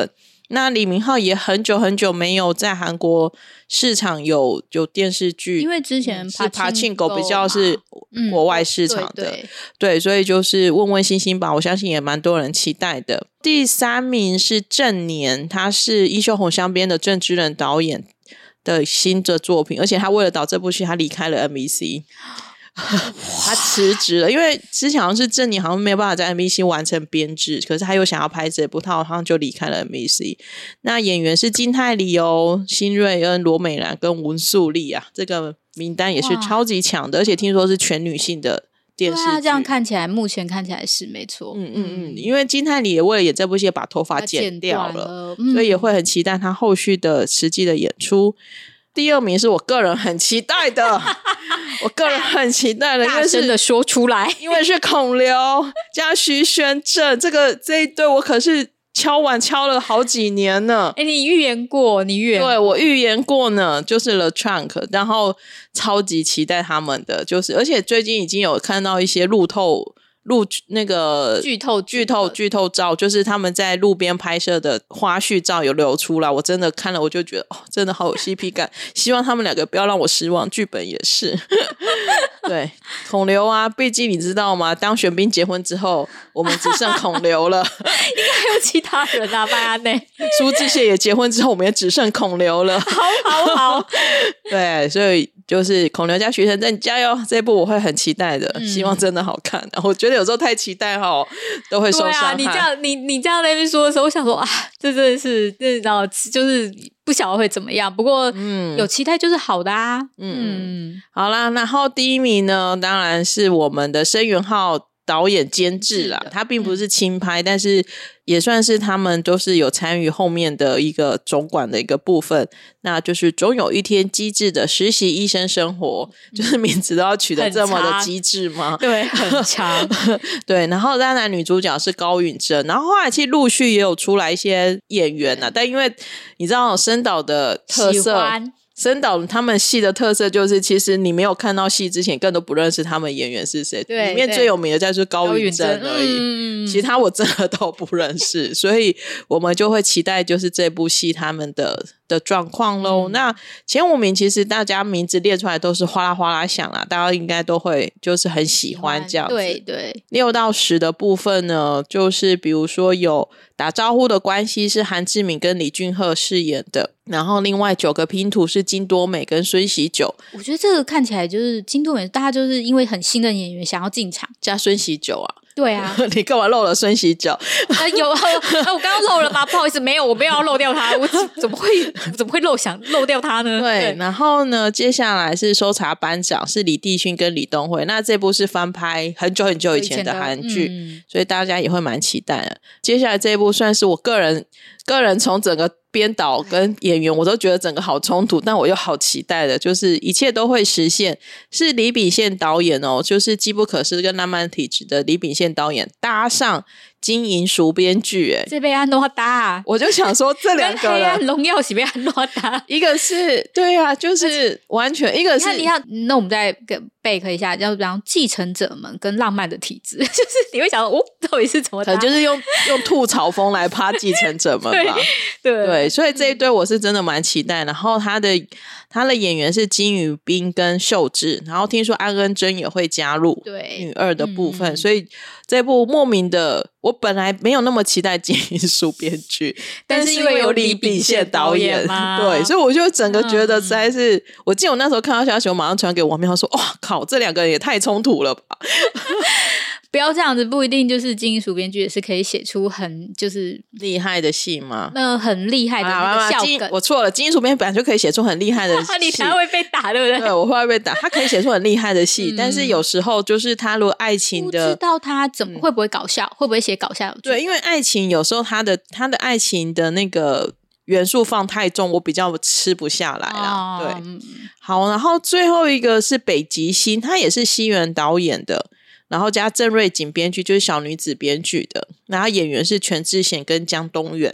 那李明浩也很久很久没有在韩国市场有有电视剧， 因为之前是爬庆狗比较是国外市场的、 嗯、对, 对, 对，所以就是问问星星吧，我相信也蛮多人期待的。第三名是郑年，他是衣袖红镶边的郑之人导演的新的作品，而且他为了导这部戏他离开了 M B C 他辞职了，因为之前好像是郑年好像没有办法在 M B C 完成编制，可是他又想要拍这部，他好像就离开了 M B C。 那演员是金泰梨哦、辛瑞恩、罗美兰跟文素丽啊，这个名单也是超级强的，而且听说是全女性的电视剧。 对啊，这样看起来目前看起来是没错。 嗯嗯嗯，因为金泰梨也为了演这部戏把头发剪掉了， 了嗯、 所以也会很期待他后续的实际的演出。第二名是我个人很期待的我个人很期待的，因为大声的说出来， 因为是孔刘加徐宣正，这个这一对我可是敲碗敲了好几年呢。 哎、欸，你预言过，你预言过， 对，我预言过呢，就是 The Trunk， 然后超级期待他们的，就是而且最近已经有看到一些路透录那个剧透剧透剧透照，就是他们在路边拍摄的花絮照有流出来，我真的看了我就觉得哦，真的好有 C P 感希望他们两个不要让我失望，剧本也是对，孔刘啊，毕竟你知道吗，当玄彬结婚之后我们只剩孔刘了应该还有其他人啊，拜安内苏志燮也结婚之后我们也只剩孔刘了好好好对，所以就是孔刘加徐承正加油，这一部我会很期待的、嗯、希望真的好看。我觉得有时候太期待齁都会受伤害。 对啊，你这样你你这样在那边说的时候我想说啊，这真的是真的知道就是不晓得会怎么样，不过有期待就是好的啊。 嗯, 嗯好啦，然后第一名呢当然是我们的申元浩导演监制啦，他并不是亲拍、嗯、但是也算是他们都是有参与后面的一个总管的一个部分，那就是总有一天机智的实习医生生活、嗯、就是名字都要取得这么的机智吗？ 对，很长对，然后当然女主角是高允贞，然后后来其实陆续也有出来一些演员啊，但因为你知道申导的特色，申导他们戏的特色就是其实你没有看到戏之前更都不认识他们演员是谁，里面最有名的就是高允贞而已、嗯、其他我真的都不认识所以我们就会期待就是这部戏他们的的状况咯、嗯、那前五名其实大家名字列出来都是哗啦哗啦响啦，大家应该都会就是很喜欢这样子。 对对， 六到十的部分呢，就是比如说有打招呼的关系是韩志敏跟李俊赫饰演的，然后另外九个拼图是金多美跟孙喜九。 我觉得这个看起来就是金多美大家就是因为很新的演员想要进场加孙喜九啊。 对啊你干嘛漏了孙喜九、 呃、有、呃、我刚刚漏了吗？不好意思，没有，我没有要漏掉他，我怎么会怎么会漏想漏掉他呢？ 对, 对， 然后呢接下来是搜查班长是李帝勋跟李东辉，那这部是翻拍很久很久以前的韩剧、嗯、所以大家也会蛮期待的。接下来这一部算是我个人个人从整个编导跟演员我都觉得整个好冲突，但我又好期待的就是一切都会实现，是李秉宪导演哦，就是机不可失跟浪漫体质的李秉宪导演搭上金银淑编剧。哎， 这被安诺搭、啊、我就想说这两个人跟黑暗荣耀是被安诺搭， 一个是对啊就是完全一个是你看你看那我们再备课一下，叫比方继承者们跟浪漫的体质就是你会想说哦到底是怎么搭， 可能就是用用吐槽风来趴继承者们吧对 对, 对，所以这一对我是真的蛮期待。然后他的他的演员是金宇彬跟秀智，然后听说安恩珍也会加入对女二的部分、 嗯、 所以这部莫名的我本来没有那么期待金银淑编剧，但是因为有李秉宪导演对，所以我就整个觉得实在是、嗯、我记得我那时候看到消息我马上传给王妙说哇靠这两个人也太冲突了吧不要这样子，不一定就是金银淑编剧也是可以写出很就是厉害的戏吗？ 那很厉害的那个笑梗。 我错了，金银淑编剧本来就可以写出很厉害的戏你才会被打对不对？ 对，我会被打。他可以写出很厉害的戏、嗯、但是有时候就是他如果爱情的不知道他怎么、嗯、会不会搞笑，会不会写搞笑。 对，因为爱情有时候他的他的爱情的那个元素放太重我比较吃不下来啦、哦、对、嗯、好，然后最后一个是北极星，他也是西元导演的，然后加郑瑞景编剧，就是小女子编剧的，然后演员是全智贤跟江东元。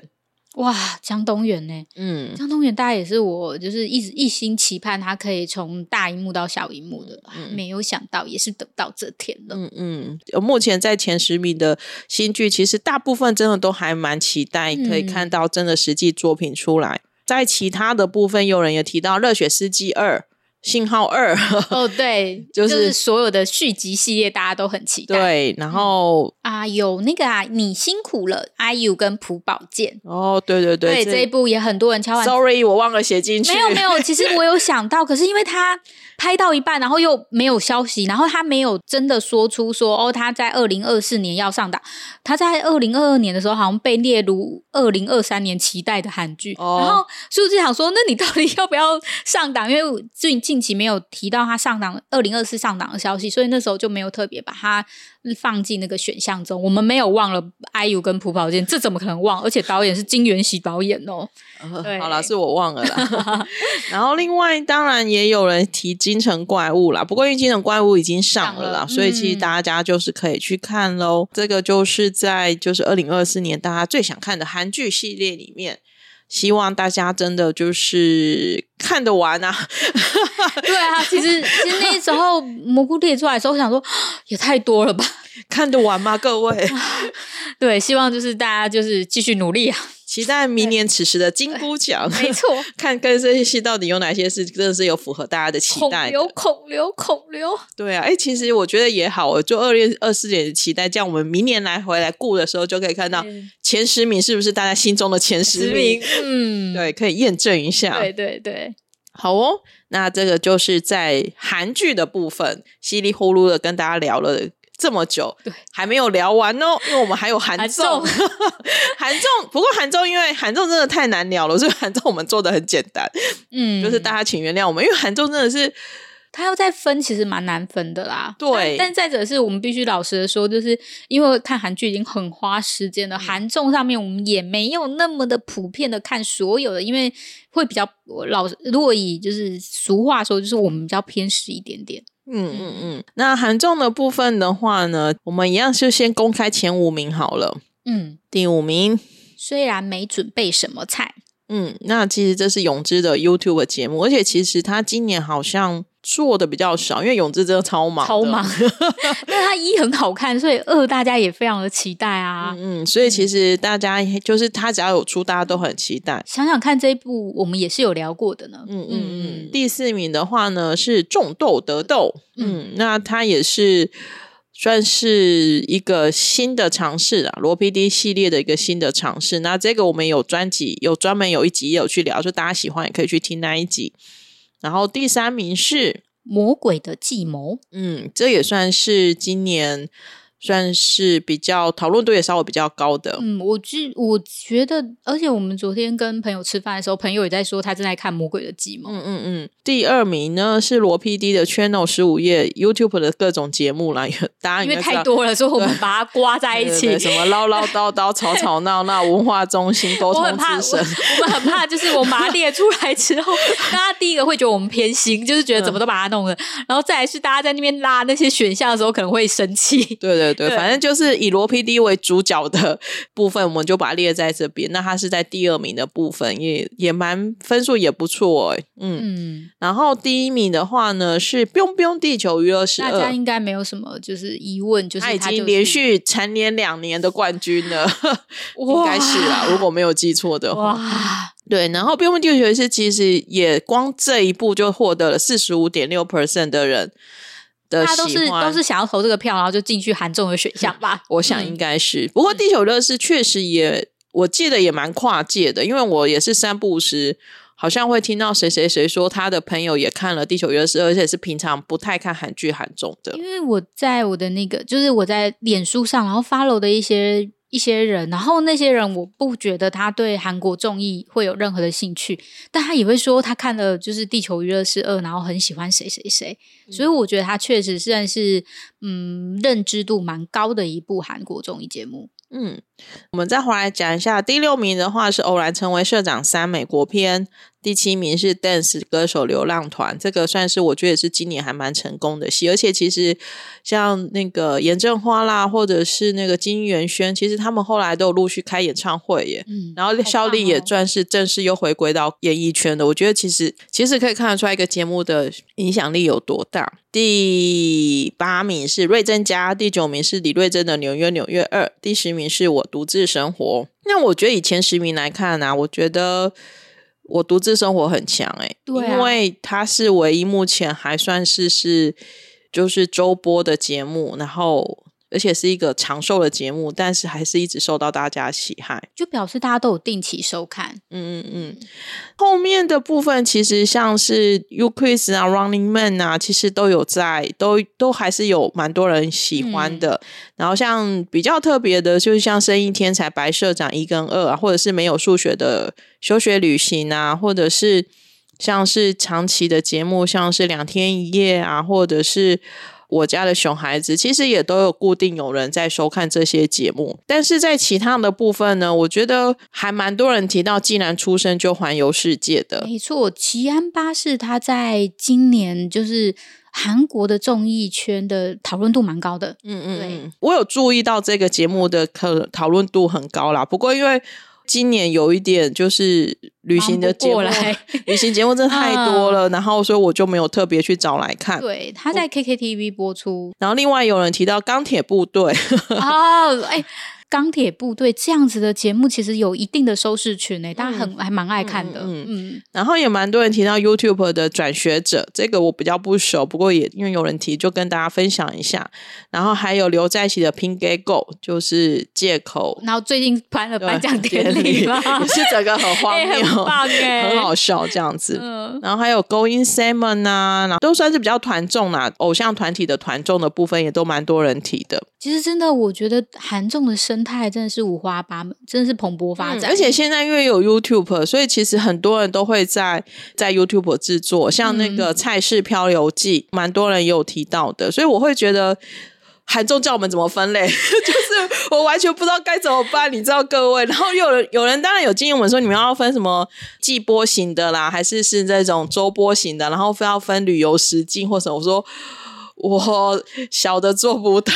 哇，江东元呢？ 嗯， 江东元大概也是我就是一直一心期盼他可以从大荧幕到小荧幕的，嗯、没有想到也是等到这天了。 嗯嗯，目前在前十名的新剧，其实大部分真的都还蛮期待，可以看到真的实际作品出来。嗯、在其他的部分，有人也提到《热血司机二》。信号二哦，对， 就是、 就是所有的续集系列，大家都很期待。 对，然后、 嗯、啊，有那个啊，你辛苦了 ，I U 跟朴宝剑。 哦，对对对， 对这一部也很多人敲完。 Sorry， 我忘了写进去。 没有没有，其实我有想到，可是因为他拍到一半，然后又没有消息，然后他没有真的说出说哦，他在二零二四年要上档。他在二零二二年的时候，好像被列入二零二三年期待的韩剧。哦、然后所以我就想说，那你到底要不要上档？因为最近。近期没有提到他上档二零二四上档的消息，所以那时候就没有特别把它放进那个选项中。我们没有忘了 I U 跟朴宝剑，这怎么可能忘？而且导演是金元喜导演哦。 呃、好啦，是我忘了啦。然后另外当然也有人提京城怪物啦，不过因为京城怪物已经上了啦，了所以其实大家就是可以去看咯、嗯、这个就是在就是二零二四年大家最想看的韩剧系列里面，希望大家真的就是看得完啊。 对啊，其实其实那时候蘑菇列出来的时候，我想说也太多了吧， 看得完吗各位？ 对，希望就是大家就是继续努力啊， 期待明年此时的金菇奖。 没错， 看跟这些戏到底有哪些是真的是有符合大家的期待的。 孔刘孔刘孔刘。 对啊，哎，其实我觉得也好，就二零二四年的期待，这样我们明年来回来顾的时候，就可以看到前十名是不是大家心中的前十名。嗯，对，可以验证一下。 对对对。 好哦，那这个就是在韩剧的部分稀里呼噜的跟大家聊了这么久，对，还没有聊完哦，因为我们还有韩综。韩综不过韩综因为韩综真的太难聊了，所以韩综我们做的很简单。嗯，就是大家请原谅我们，因为韩综真的是他要再分其实蛮难分的啦。 对， 但, 但再者是我们必须老实的说，就是因为看韩剧已经很花时间了，韩综上面我们也没有那么的普遍的看所有的，因为会比较老如果以就是俗话说，就是我们比较偏食一点点。 嗯嗯嗯，那韩综的部分的话呢，我们一样就先公开前五名好了。嗯，第五名虽然没准备什么菜。 嗯，那其实这是永之的 YouTube 的节目，而且其实他今年好像做的比较少，因为永之真的超忙的超忙但他一很好看，所以二大家也非常的期待啊。 嗯嗯，所以其实大家就是他只要有出大家都很期待。 想想看这一部我们也是有聊过的呢。 嗯嗯嗯，第四名的话呢是种豆得豆。嗯，那他也是算是一个新的尝试啊，罗 P D 系列的一个新的尝试。那这个我们有专辑有专门有一集也有去聊，就大家喜欢也可以去听那一集。然后第三名是魔鬼的计谋。 嗯，这也算是今年算是比较讨论度也稍微比较高的。 嗯，我觉我觉得，而且我们昨天跟朋友吃饭的时候，朋友也在说他正在看魔鬼的计谋。 嗯嗯嗯。第二名呢是罗 P D 的 Channel 十五页 YouTube 的各种节目啦，大家因为太多了，所以我们把它刮在一起。 对对对，什么唠唠叨叨、吵吵闹闹、文化中心、沟通之声。 我, 我们很怕，就是我们把它列出来之后，大家第一个会觉得我们偏心，就是觉得怎么都把它弄了。嗯、然后再来是大家在那边拉那些选项的时候，可能会生气。 对对对，对反正就是以罗 P D 为主角的部分，我们就把它列在这边。那它是在第二名的部分，也也蛮分数也不错哎。嗯嗯，然后第一名的话呢是 biang biang 地球娱乐十二， 大家应该没有什么就是疑问，就是他已经连续蝉联两年的冠军了，应该是啦，如果没有记错的话。哇，对，然后 biang biang 地球是其实也光这一部就获得了 百分之四十五点六 的人的喜欢， 大家都是都是想要投这个票，然后就进去韩综的选项吧。 我想应该是，不过地球娱乐是确实也我记得也蛮跨界的，因为我也是三不五时好像会听到谁谁谁说他的朋友也看了地球娱乐十二，而且是平常不太看韩剧韩综的。 因为我在我的那个就是我在脸书上然后 follow 的一些一些人，然后那些人我不觉得他对韩国综艺会有任何的兴趣，但他也会说他看了就是地球娱乐十二，然后很喜欢谁谁谁、嗯、所以我觉得他确实算是嗯认知度蛮高的一部韩国综艺节目。 嗯， 我们再回来讲一下，第六名的话是偶然成为社长三美国篇，第七名是 Dance 歌手流浪团，这个算是我觉得也是今年还蛮成功的戏，而且其实像那个严正花啦，或者是那个金元轩，其实他们后来都有陆续开演唱会耶，嗯，然后肖丽也算是正式又回归到演艺圈的，我觉得其实其实可以看得出来一个节目的影响力有多大。第八名是瑞珍家，第九名是李瑞珍的纽约纽约二，第十名是我独自生活。那我觉得以前十名来看啊，我觉得我独自生活很强诶、欸对啊，因为它是唯一目前还算是是就是周播的节目，然后而且是一个长寿的节目，但是还是一直受到大家喜爱， 就表示大家都有定期收看。 嗯嗯嗯。后面的部分其实像是 U Quiz 啊 Running Man 啊，其实都有在都都还是有蛮多人喜欢的、嗯、然后像比较特别的就是像生意天才白社长一跟二啊，或者是没有数学的休学旅行啊，或者是像是长期的节目像是两天一夜啊，或者是我家的熊孩子，其实也都有固定有人在收看这些节目。但是在其他的部分呢，我觉得还蛮多人提到既然出生就环游世界的。 没错，奇安巴士他在今年就是韩国的综艺圈的讨论度蛮高的。 嗯嗯嗯，我有注意到这个节目的讨论度很高啦，不过因为今年有一点就是旅行的节目旅行节目真的太多了、嗯、然后所以我就没有特别去找来看。 对，他在 K K T V 播出。 然后另外有人提到钢铁部队哦，哎、欸钢铁部队这样子的节目其实有一定的收视群诶、欸，大家很、嗯、还蛮爱看的。嗯 嗯, 嗯， 然后也蛮多人提到 YouTube 的转学者，这个我比较不熟，不过也因为有人提就跟大家分享一下。然后还有刘在一起的 Pink Gay Go 就是借口， 然后最近颁了颁奖典礼嘛， 也是整个很荒谬、欸、 很棒欸很好笑这样子、嗯、然后还有 Going Salmon 啊，然后都算是比较团众啦，偶像团体的团众的部分也都蛮多人提的。 其实真的我觉得韩综的生态真的是五花八门，真的是蓬勃发展、嗯、 而且现在因为有 YouTube， 所以其实很多人都会在在 YouTube 制作，像那个蔡氏漂流记蛮、嗯、多人也有提到的，所以我会觉得韩综叫我们怎么分类就是我完全不知道该怎么办，你知道各位。然后有人有人当然有建议我们说你们要分什么季播型的啦，还是是这种周播型的，然后非要分旅游实境或什么，我说我小的做不到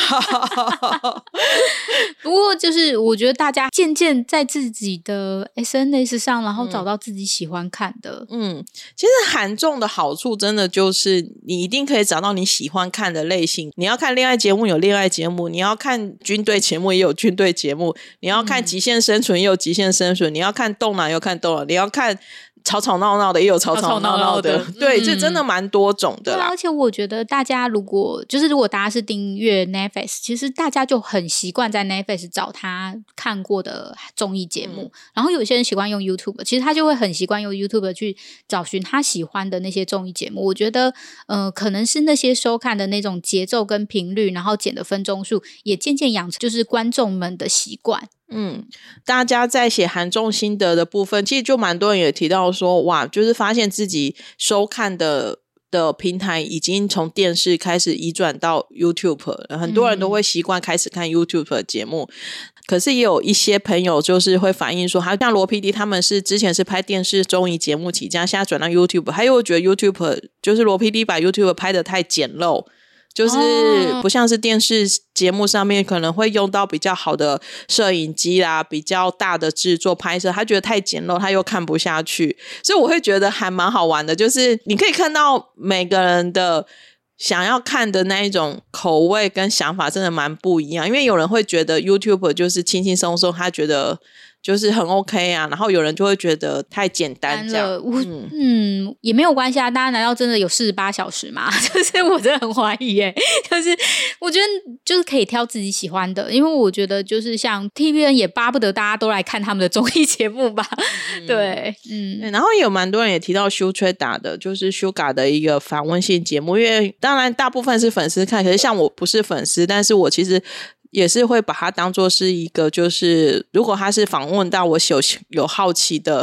不过就是我觉得大家渐渐在自己的 S N S 上然后找到自己喜欢看的。 嗯，其实韩综的好处真的就是你一定可以找到你喜欢看的类型，你要看恋爱节目有恋爱节目，你要看军队节目也有军队节目，你要看极限生存也有极限生存、嗯、你要看动脑也有看动脑，你要看吵吵闹闹的也有吵吵闹闹的，对、嗯、这真的蛮多种的啦。 而且我觉得大家如果就是如果大家是订阅 Netflix， 其实大家就很习惯在 Netflix 找他看过的综艺节目、嗯、然后有些人习惯用 YouTube， 其实他就会很习惯用 YouTube 去找寻他喜欢的那些综艺节目。我觉得呃，可能是那些收看的那种节奏跟频率，然后剪的分钟数也渐渐养成就是观众们的习惯。 嗯，大家在写韩综心得的部分，其实就蛮多人也提到说，哇，就是发现自己收看的的平台已经从电视开始移转到 YouTube 了，很多人都会习惯开始看 YouTube 的节目、嗯、可是也有一些朋友就是会反映说，好像罗 P D 他们是之前是拍电视综艺节目起家，现在转到 YouTube， 还有我觉得 YouTube 就是罗 P D 把 YouTube 拍得太简陋，就是不像是电视节目上面可能会用到比较好的摄影机啦，比较大的制作拍摄，他觉得太简陋他又看不下去，所以我会觉得还蛮好玩的，就是你可以看到每个人的想要看的那一种口味跟想法真的蛮不一样。因为有人会觉得 YouTube 就是轻轻松松，他觉得就是很 OK 啊，然后有人就会觉得太简单这样。 嗯, 嗯也没有关系啊，大家难道真的有四十八小时吗？就是我真的很怀疑耶，就是我觉得就是可以挑自己喜欢的，因为我觉得就是像 T V N 也巴不得大家都来看他们的综艺节目吧。嗯、对嗯对，然后也有蛮多人也提到 Sugar 的，就是 Sugar 的一个访问性节目，因为当然大部分是粉丝看，可是像我不是粉丝，但是我其实也是会把它当作是一个，就是如果他是访问到我有有好奇的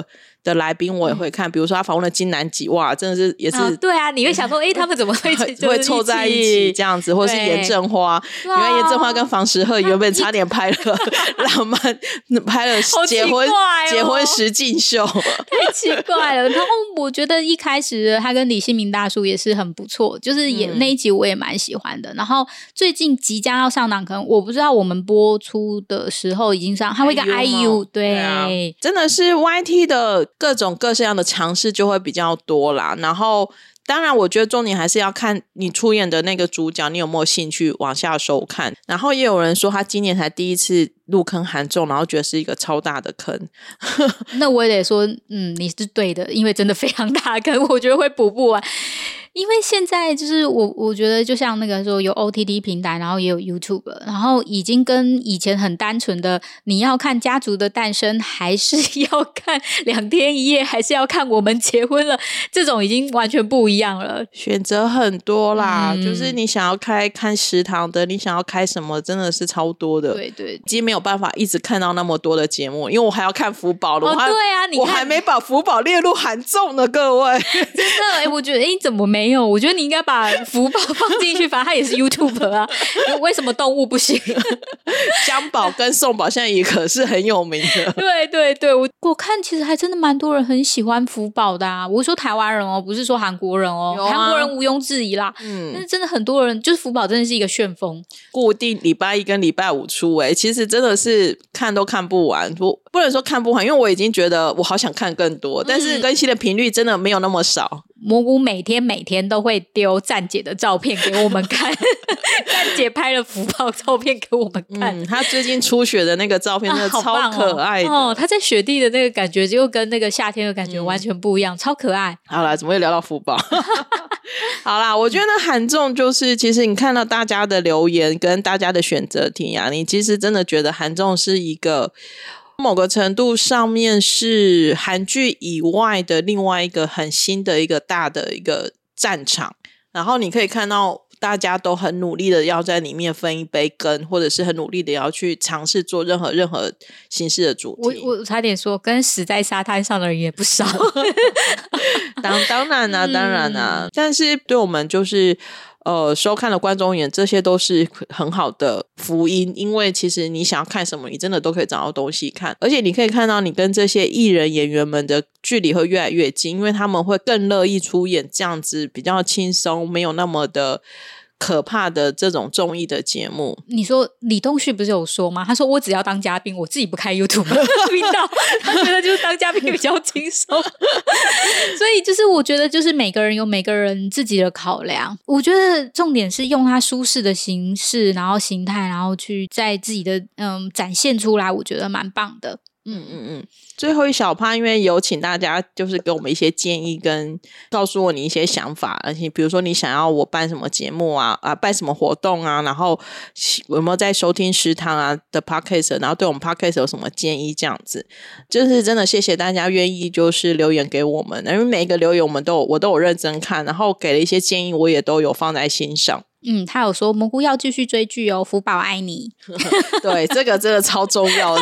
的来宾我也会看、嗯、比如说他访问了金南吉，哇真的是也是、 啊、对啊，你会想说哎、欸，他们怎么会会凑在一起这样子，或是严正花，因为严正花跟房时赫原本差点拍了浪漫拍了结婚、哦、结婚实境秀太奇怪了。然后我觉得一开始他跟李信明大叔也是很不错，就是也、嗯、那一集我也蛮喜欢的。然后最近即将要上档，可能我不知道我们播出的时候已经上，他会跟 I U 对, 对、啊、 真的是 Y T 的各种各式样的尝试就会比较多啦。然后当然我觉得重点还是要看你出演的那个主角你有没有兴趣往下收看。然后也有人说他今年才第一次入坑韩综，然后觉得是一个超大的坑那我也得说嗯，你是对的，因为真的非常大的坑，我觉得会补不完。因为现在就是我我觉得就像那个说有 O T T 平台，然后也有 YouTube， 然后已经跟以前很单纯的你要看家族的诞生还是要看两天一夜还是要看我们结婚了，这种已经完全不一样了， 选择很多啦、嗯、就是你想要开看食堂的，你想要开什么真的是超多的。 对对， 已经没有办法一直看到那么多的节目，因为我还要看福宝了。 哦对啊，你看我还没把福宝列入韩综呢各位真的哎，我觉得哎怎么没有，我觉得你应该把福宝放进去，反正他也是 YouTuber 啊为什么动物不行江宝跟宋宝现在也可是很有名的对对对，我我看其实还真的蛮多人很喜欢福宝的啊，我说台湾人哦，不是说韩国人哦，韩、啊、国人毋庸置疑啦，嗯，但是真的很多人就是福宝真的是一个旋风， 固定礼拜一跟礼拜五出诶、欸，其实真的是看都看不完，我不能说看不完，因为我已经觉得我好想看更多、嗯、但是更新的频率真的没有那么少。 蘑菇每天每天都会丢站姐的照片给我们看站姐拍了福宝照片给我们看、 嗯、他最近初雪的那个照片真的超可爱的、 啊、哦, 哦他在雪地的那个感觉就跟那个夏天的感觉完全不一样、嗯、超可爱。 好啦，怎么会聊到福宝好啦，我觉得韩综就是其实你看到大家的留言跟大家的选择题啊，你其实真的觉得韩综是一个某个程度上面是韩剧以外的另外一个很新的一个大的一个战场，然后你可以看到大家都很努力的要在里面分一杯羹，或者是很努力的要去尝试做任何任何形式的主题。 我我差点说跟死在沙滩上的人也不少当当然啊当然啊、嗯、但是对我们就是呃，收看的观众眼，这些都是很好的福音，因为其实你想要看什么你真的都可以找到东西看，而且你可以看到你跟这些艺人演员们的距离会越来越近，因为他们会更乐意出演这样子比较轻松没有那么的可怕的这种综艺的节目。 你说李东旭不是有说吗？他说我只要当嘉宾我自己不开 YouTube 频道他觉得就是当嘉宾比较轻松所以就是我觉得就是每个人有每个人自己的考量，我觉得重点是用他舒适的形式然后形态然后去在自己的嗯展现出来，我觉得蛮棒的。 嗯嗯嗯，最后一小趴，因为有请大家就是给我们一些建议跟告诉我你一些想法，而且比如说你想要我办什么节目啊啊办什么活动啊，然后有没有在收听食堂啊的 podcast， 然后对我们 podcast 有什么建议，这样子就是真的谢谢大家愿意就是留言给我们，因为每一个留言我们都有我都有认真看，然后给了一些建议我也都有放在心上。 嗯，他有说蘑菇要继续追剧哦，福宝爱你对，这个真的超重要的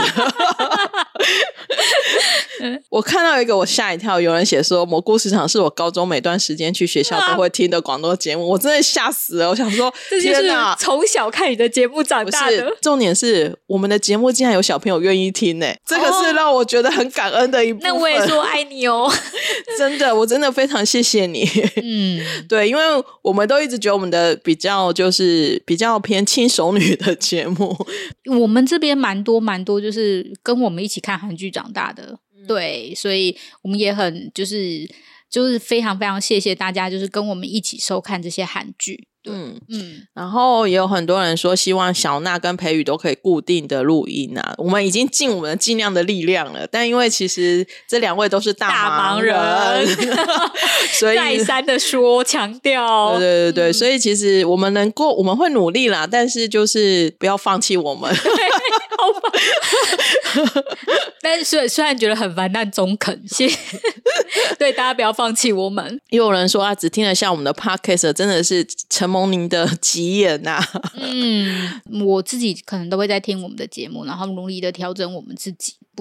我看到一个我吓一跳，有人写说蘑菇食堂是我高中每段时间去学校都会听的广播节目、啊、我真的吓死了，我想说这就是从小看你的节目长大的， 重点是我们的节目竟然有小朋友愿意听耶、欸、这个是让我觉得很感恩的一部分、 哦、那我也说爱你哦真的我真的非常谢谢你嗯，对，因为我们都一直觉得我们的比较就是比较偏轻熟女的节目， 我们这边蛮多蛮多就是跟我们一起看韩剧长大的、嗯、对，所以我们也很就是就是非常非常谢谢大家就是跟我们一起收看这些韩剧。嗯嗯，然后也有很多人说希望小娜跟培宇都可以固定的录音啊，我们已经尽我们尽量的力量了，但因为其实这两位都是大忙人, 大忙人所以再三的说强调， 对对对对、嗯、所以其实我们能够我们会努力啦，但是就是不要放弃我们对好吧但是虽然觉得很烦但中肯谢对大家不要放弃我们。 也有人说啊，只听了像我们的 podcast 真的是承蒙您的吉言啊嗯， 我自己可能都会在听我们的节目，然后努力的调整我们自己，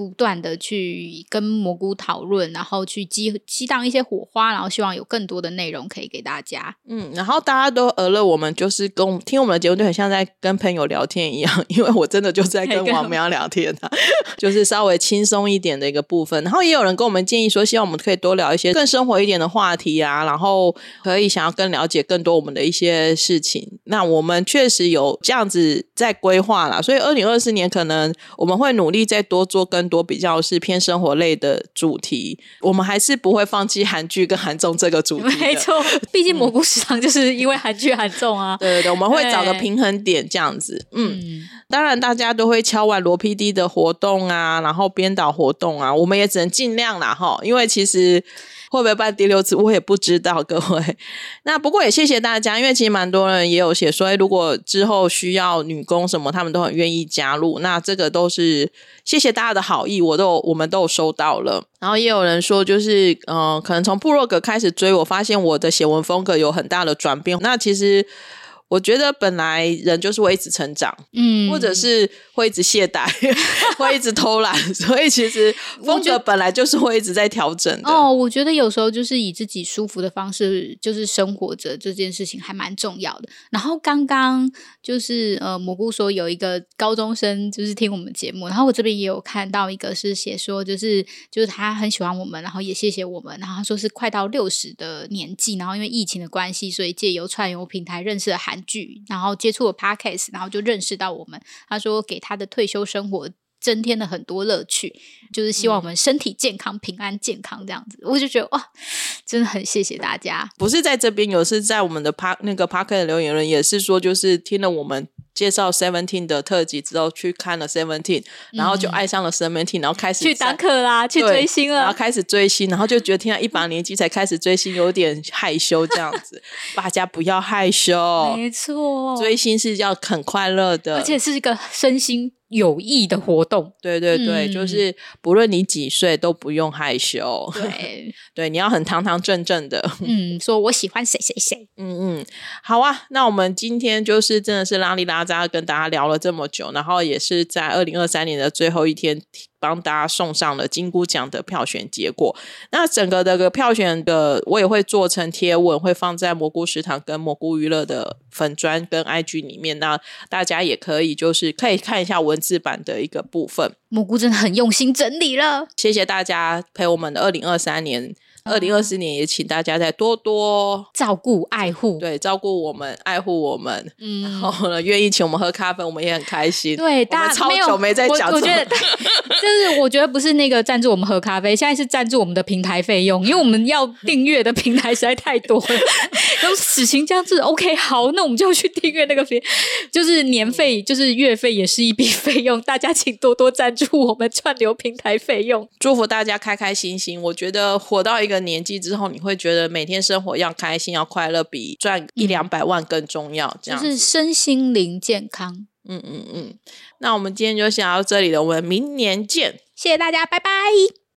不断的去跟蘑菇讨论，然后去激激荡一些火花，然后希望有更多的内容可以给大家。 嗯，然后大家都讹了我们，就是跟我们听我们的节目就很像在跟朋友聊天一样，因为我真的就是在跟王苗聊天啊，就是稍微轻松一点的一个部分。然后也有人跟我们建议说，希望我们可以多聊一些更生活一点的话题啊，然后可以想要更了解更多我们的一些事情。那我们确实有这样子在规划啦，所以二零二四年可能我们会努力再多做更多比较是偏生活类的主题，我们还是不会放弃韩剧跟韩综这个主题的。 没错，毕竟蘑菇食堂就是因为韩剧韩综啊。 对对对，我们会找个平衡点这样子。嗯，嗯当然大家都会敲完罗 P D 的活动啊，然后编导活动啊，我们也只能尽量啦齁，因为其实会不会办第六次我也不知道各位。那不过也谢谢大家，因为其实蛮多人也有写说如果之后需要女工什么他们都很愿意加入，那这个都是谢谢大家的好意，我都我们都有收到了。然后也有人说就是呃，可能从部落格开始追，我发现我的写文风格有很大的转变。那其实我觉得本来人就是会一直成长，嗯，或者是会一直懈怠会一直偷懒，所以其实风格本来就是会一直在调整的。 哦，我觉得有时候就是以自己舒服的方式就是生活着，这件事情还蛮重要的。然后刚刚就是呃蘑菇说有一个高中生就是听我们节目，然后我这边也有看到一个是写说就是就是他很喜欢我们，然后也谢谢我们，然后他说是快到六十的年纪，然后因为疫情的关系，所以借由串流平台认识了韩剧，然后接触了 Podcast， 然后就认识到我们。他说给他的退休生活增添了很多乐趣，就是希望我们身体健康、嗯、平安健康这样子。我就觉得哇，真的很谢谢大家。 不是在这边有，是在我们的 Park 那个 Podcast 的留言人也是说，就是听了我们介绍 Seventeen 的特辑之后去看了 Seventeen， 然后就爱上了 Seventeen， 然后开始去当课啦，去追星了， 然后开始追星，然后就觉得听到一把年纪才开始追星有点害羞这样子大家不要害羞， 没错， 追星是要很快乐的， 而且是一个身心有益的活动。 对对对、嗯、就是不论你几岁都不用害羞， 对对，你要很堂堂正正的嗯，说我喜欢谁谁谁。 嗯嗯，好啊，那我们今天就是真的是拉里拉扎跟大家聊了这么久，然后也是在二零二三年的最后一天帮大家送上了金菇奖的票选结果。那整个的个票选的我也会做成贴文，会放在蘑菇食堂跟蘑菇娱乐的粉专跟 I G 里面，那大家也可以就是可以看一下文字版的一个部分。 蘑菇真的很用心整理了， 谢谢大家陪我们的二零二三年，二零二四年也请大家再多多照顾爱护， 对，照顾我们爱护我们，嗯，然后呢愿意请我们喝咖啡我们也很开心。 对， 我们超久没在讲， 我, 我觉得就是我觉得不是那个赞助我们喝咖啡，现在是赞助我们的平台费用，因为我们要订阅的平台实在太多了然后此行将至 OK 好，那我们就去订阅那个费，就是年费就是月费也是一笔费用，大家请多多赞助我们串流平台费用。 祝福大家开开心心，我觉得活到一个年纪之后，你会觉得每天生活要开心要快乐比赚一两百万更重要，这样就是身心灵健康。 嗯嗯嗯，那我们今天就先到这里了，我们明年见， 谢谢大家，拜拜。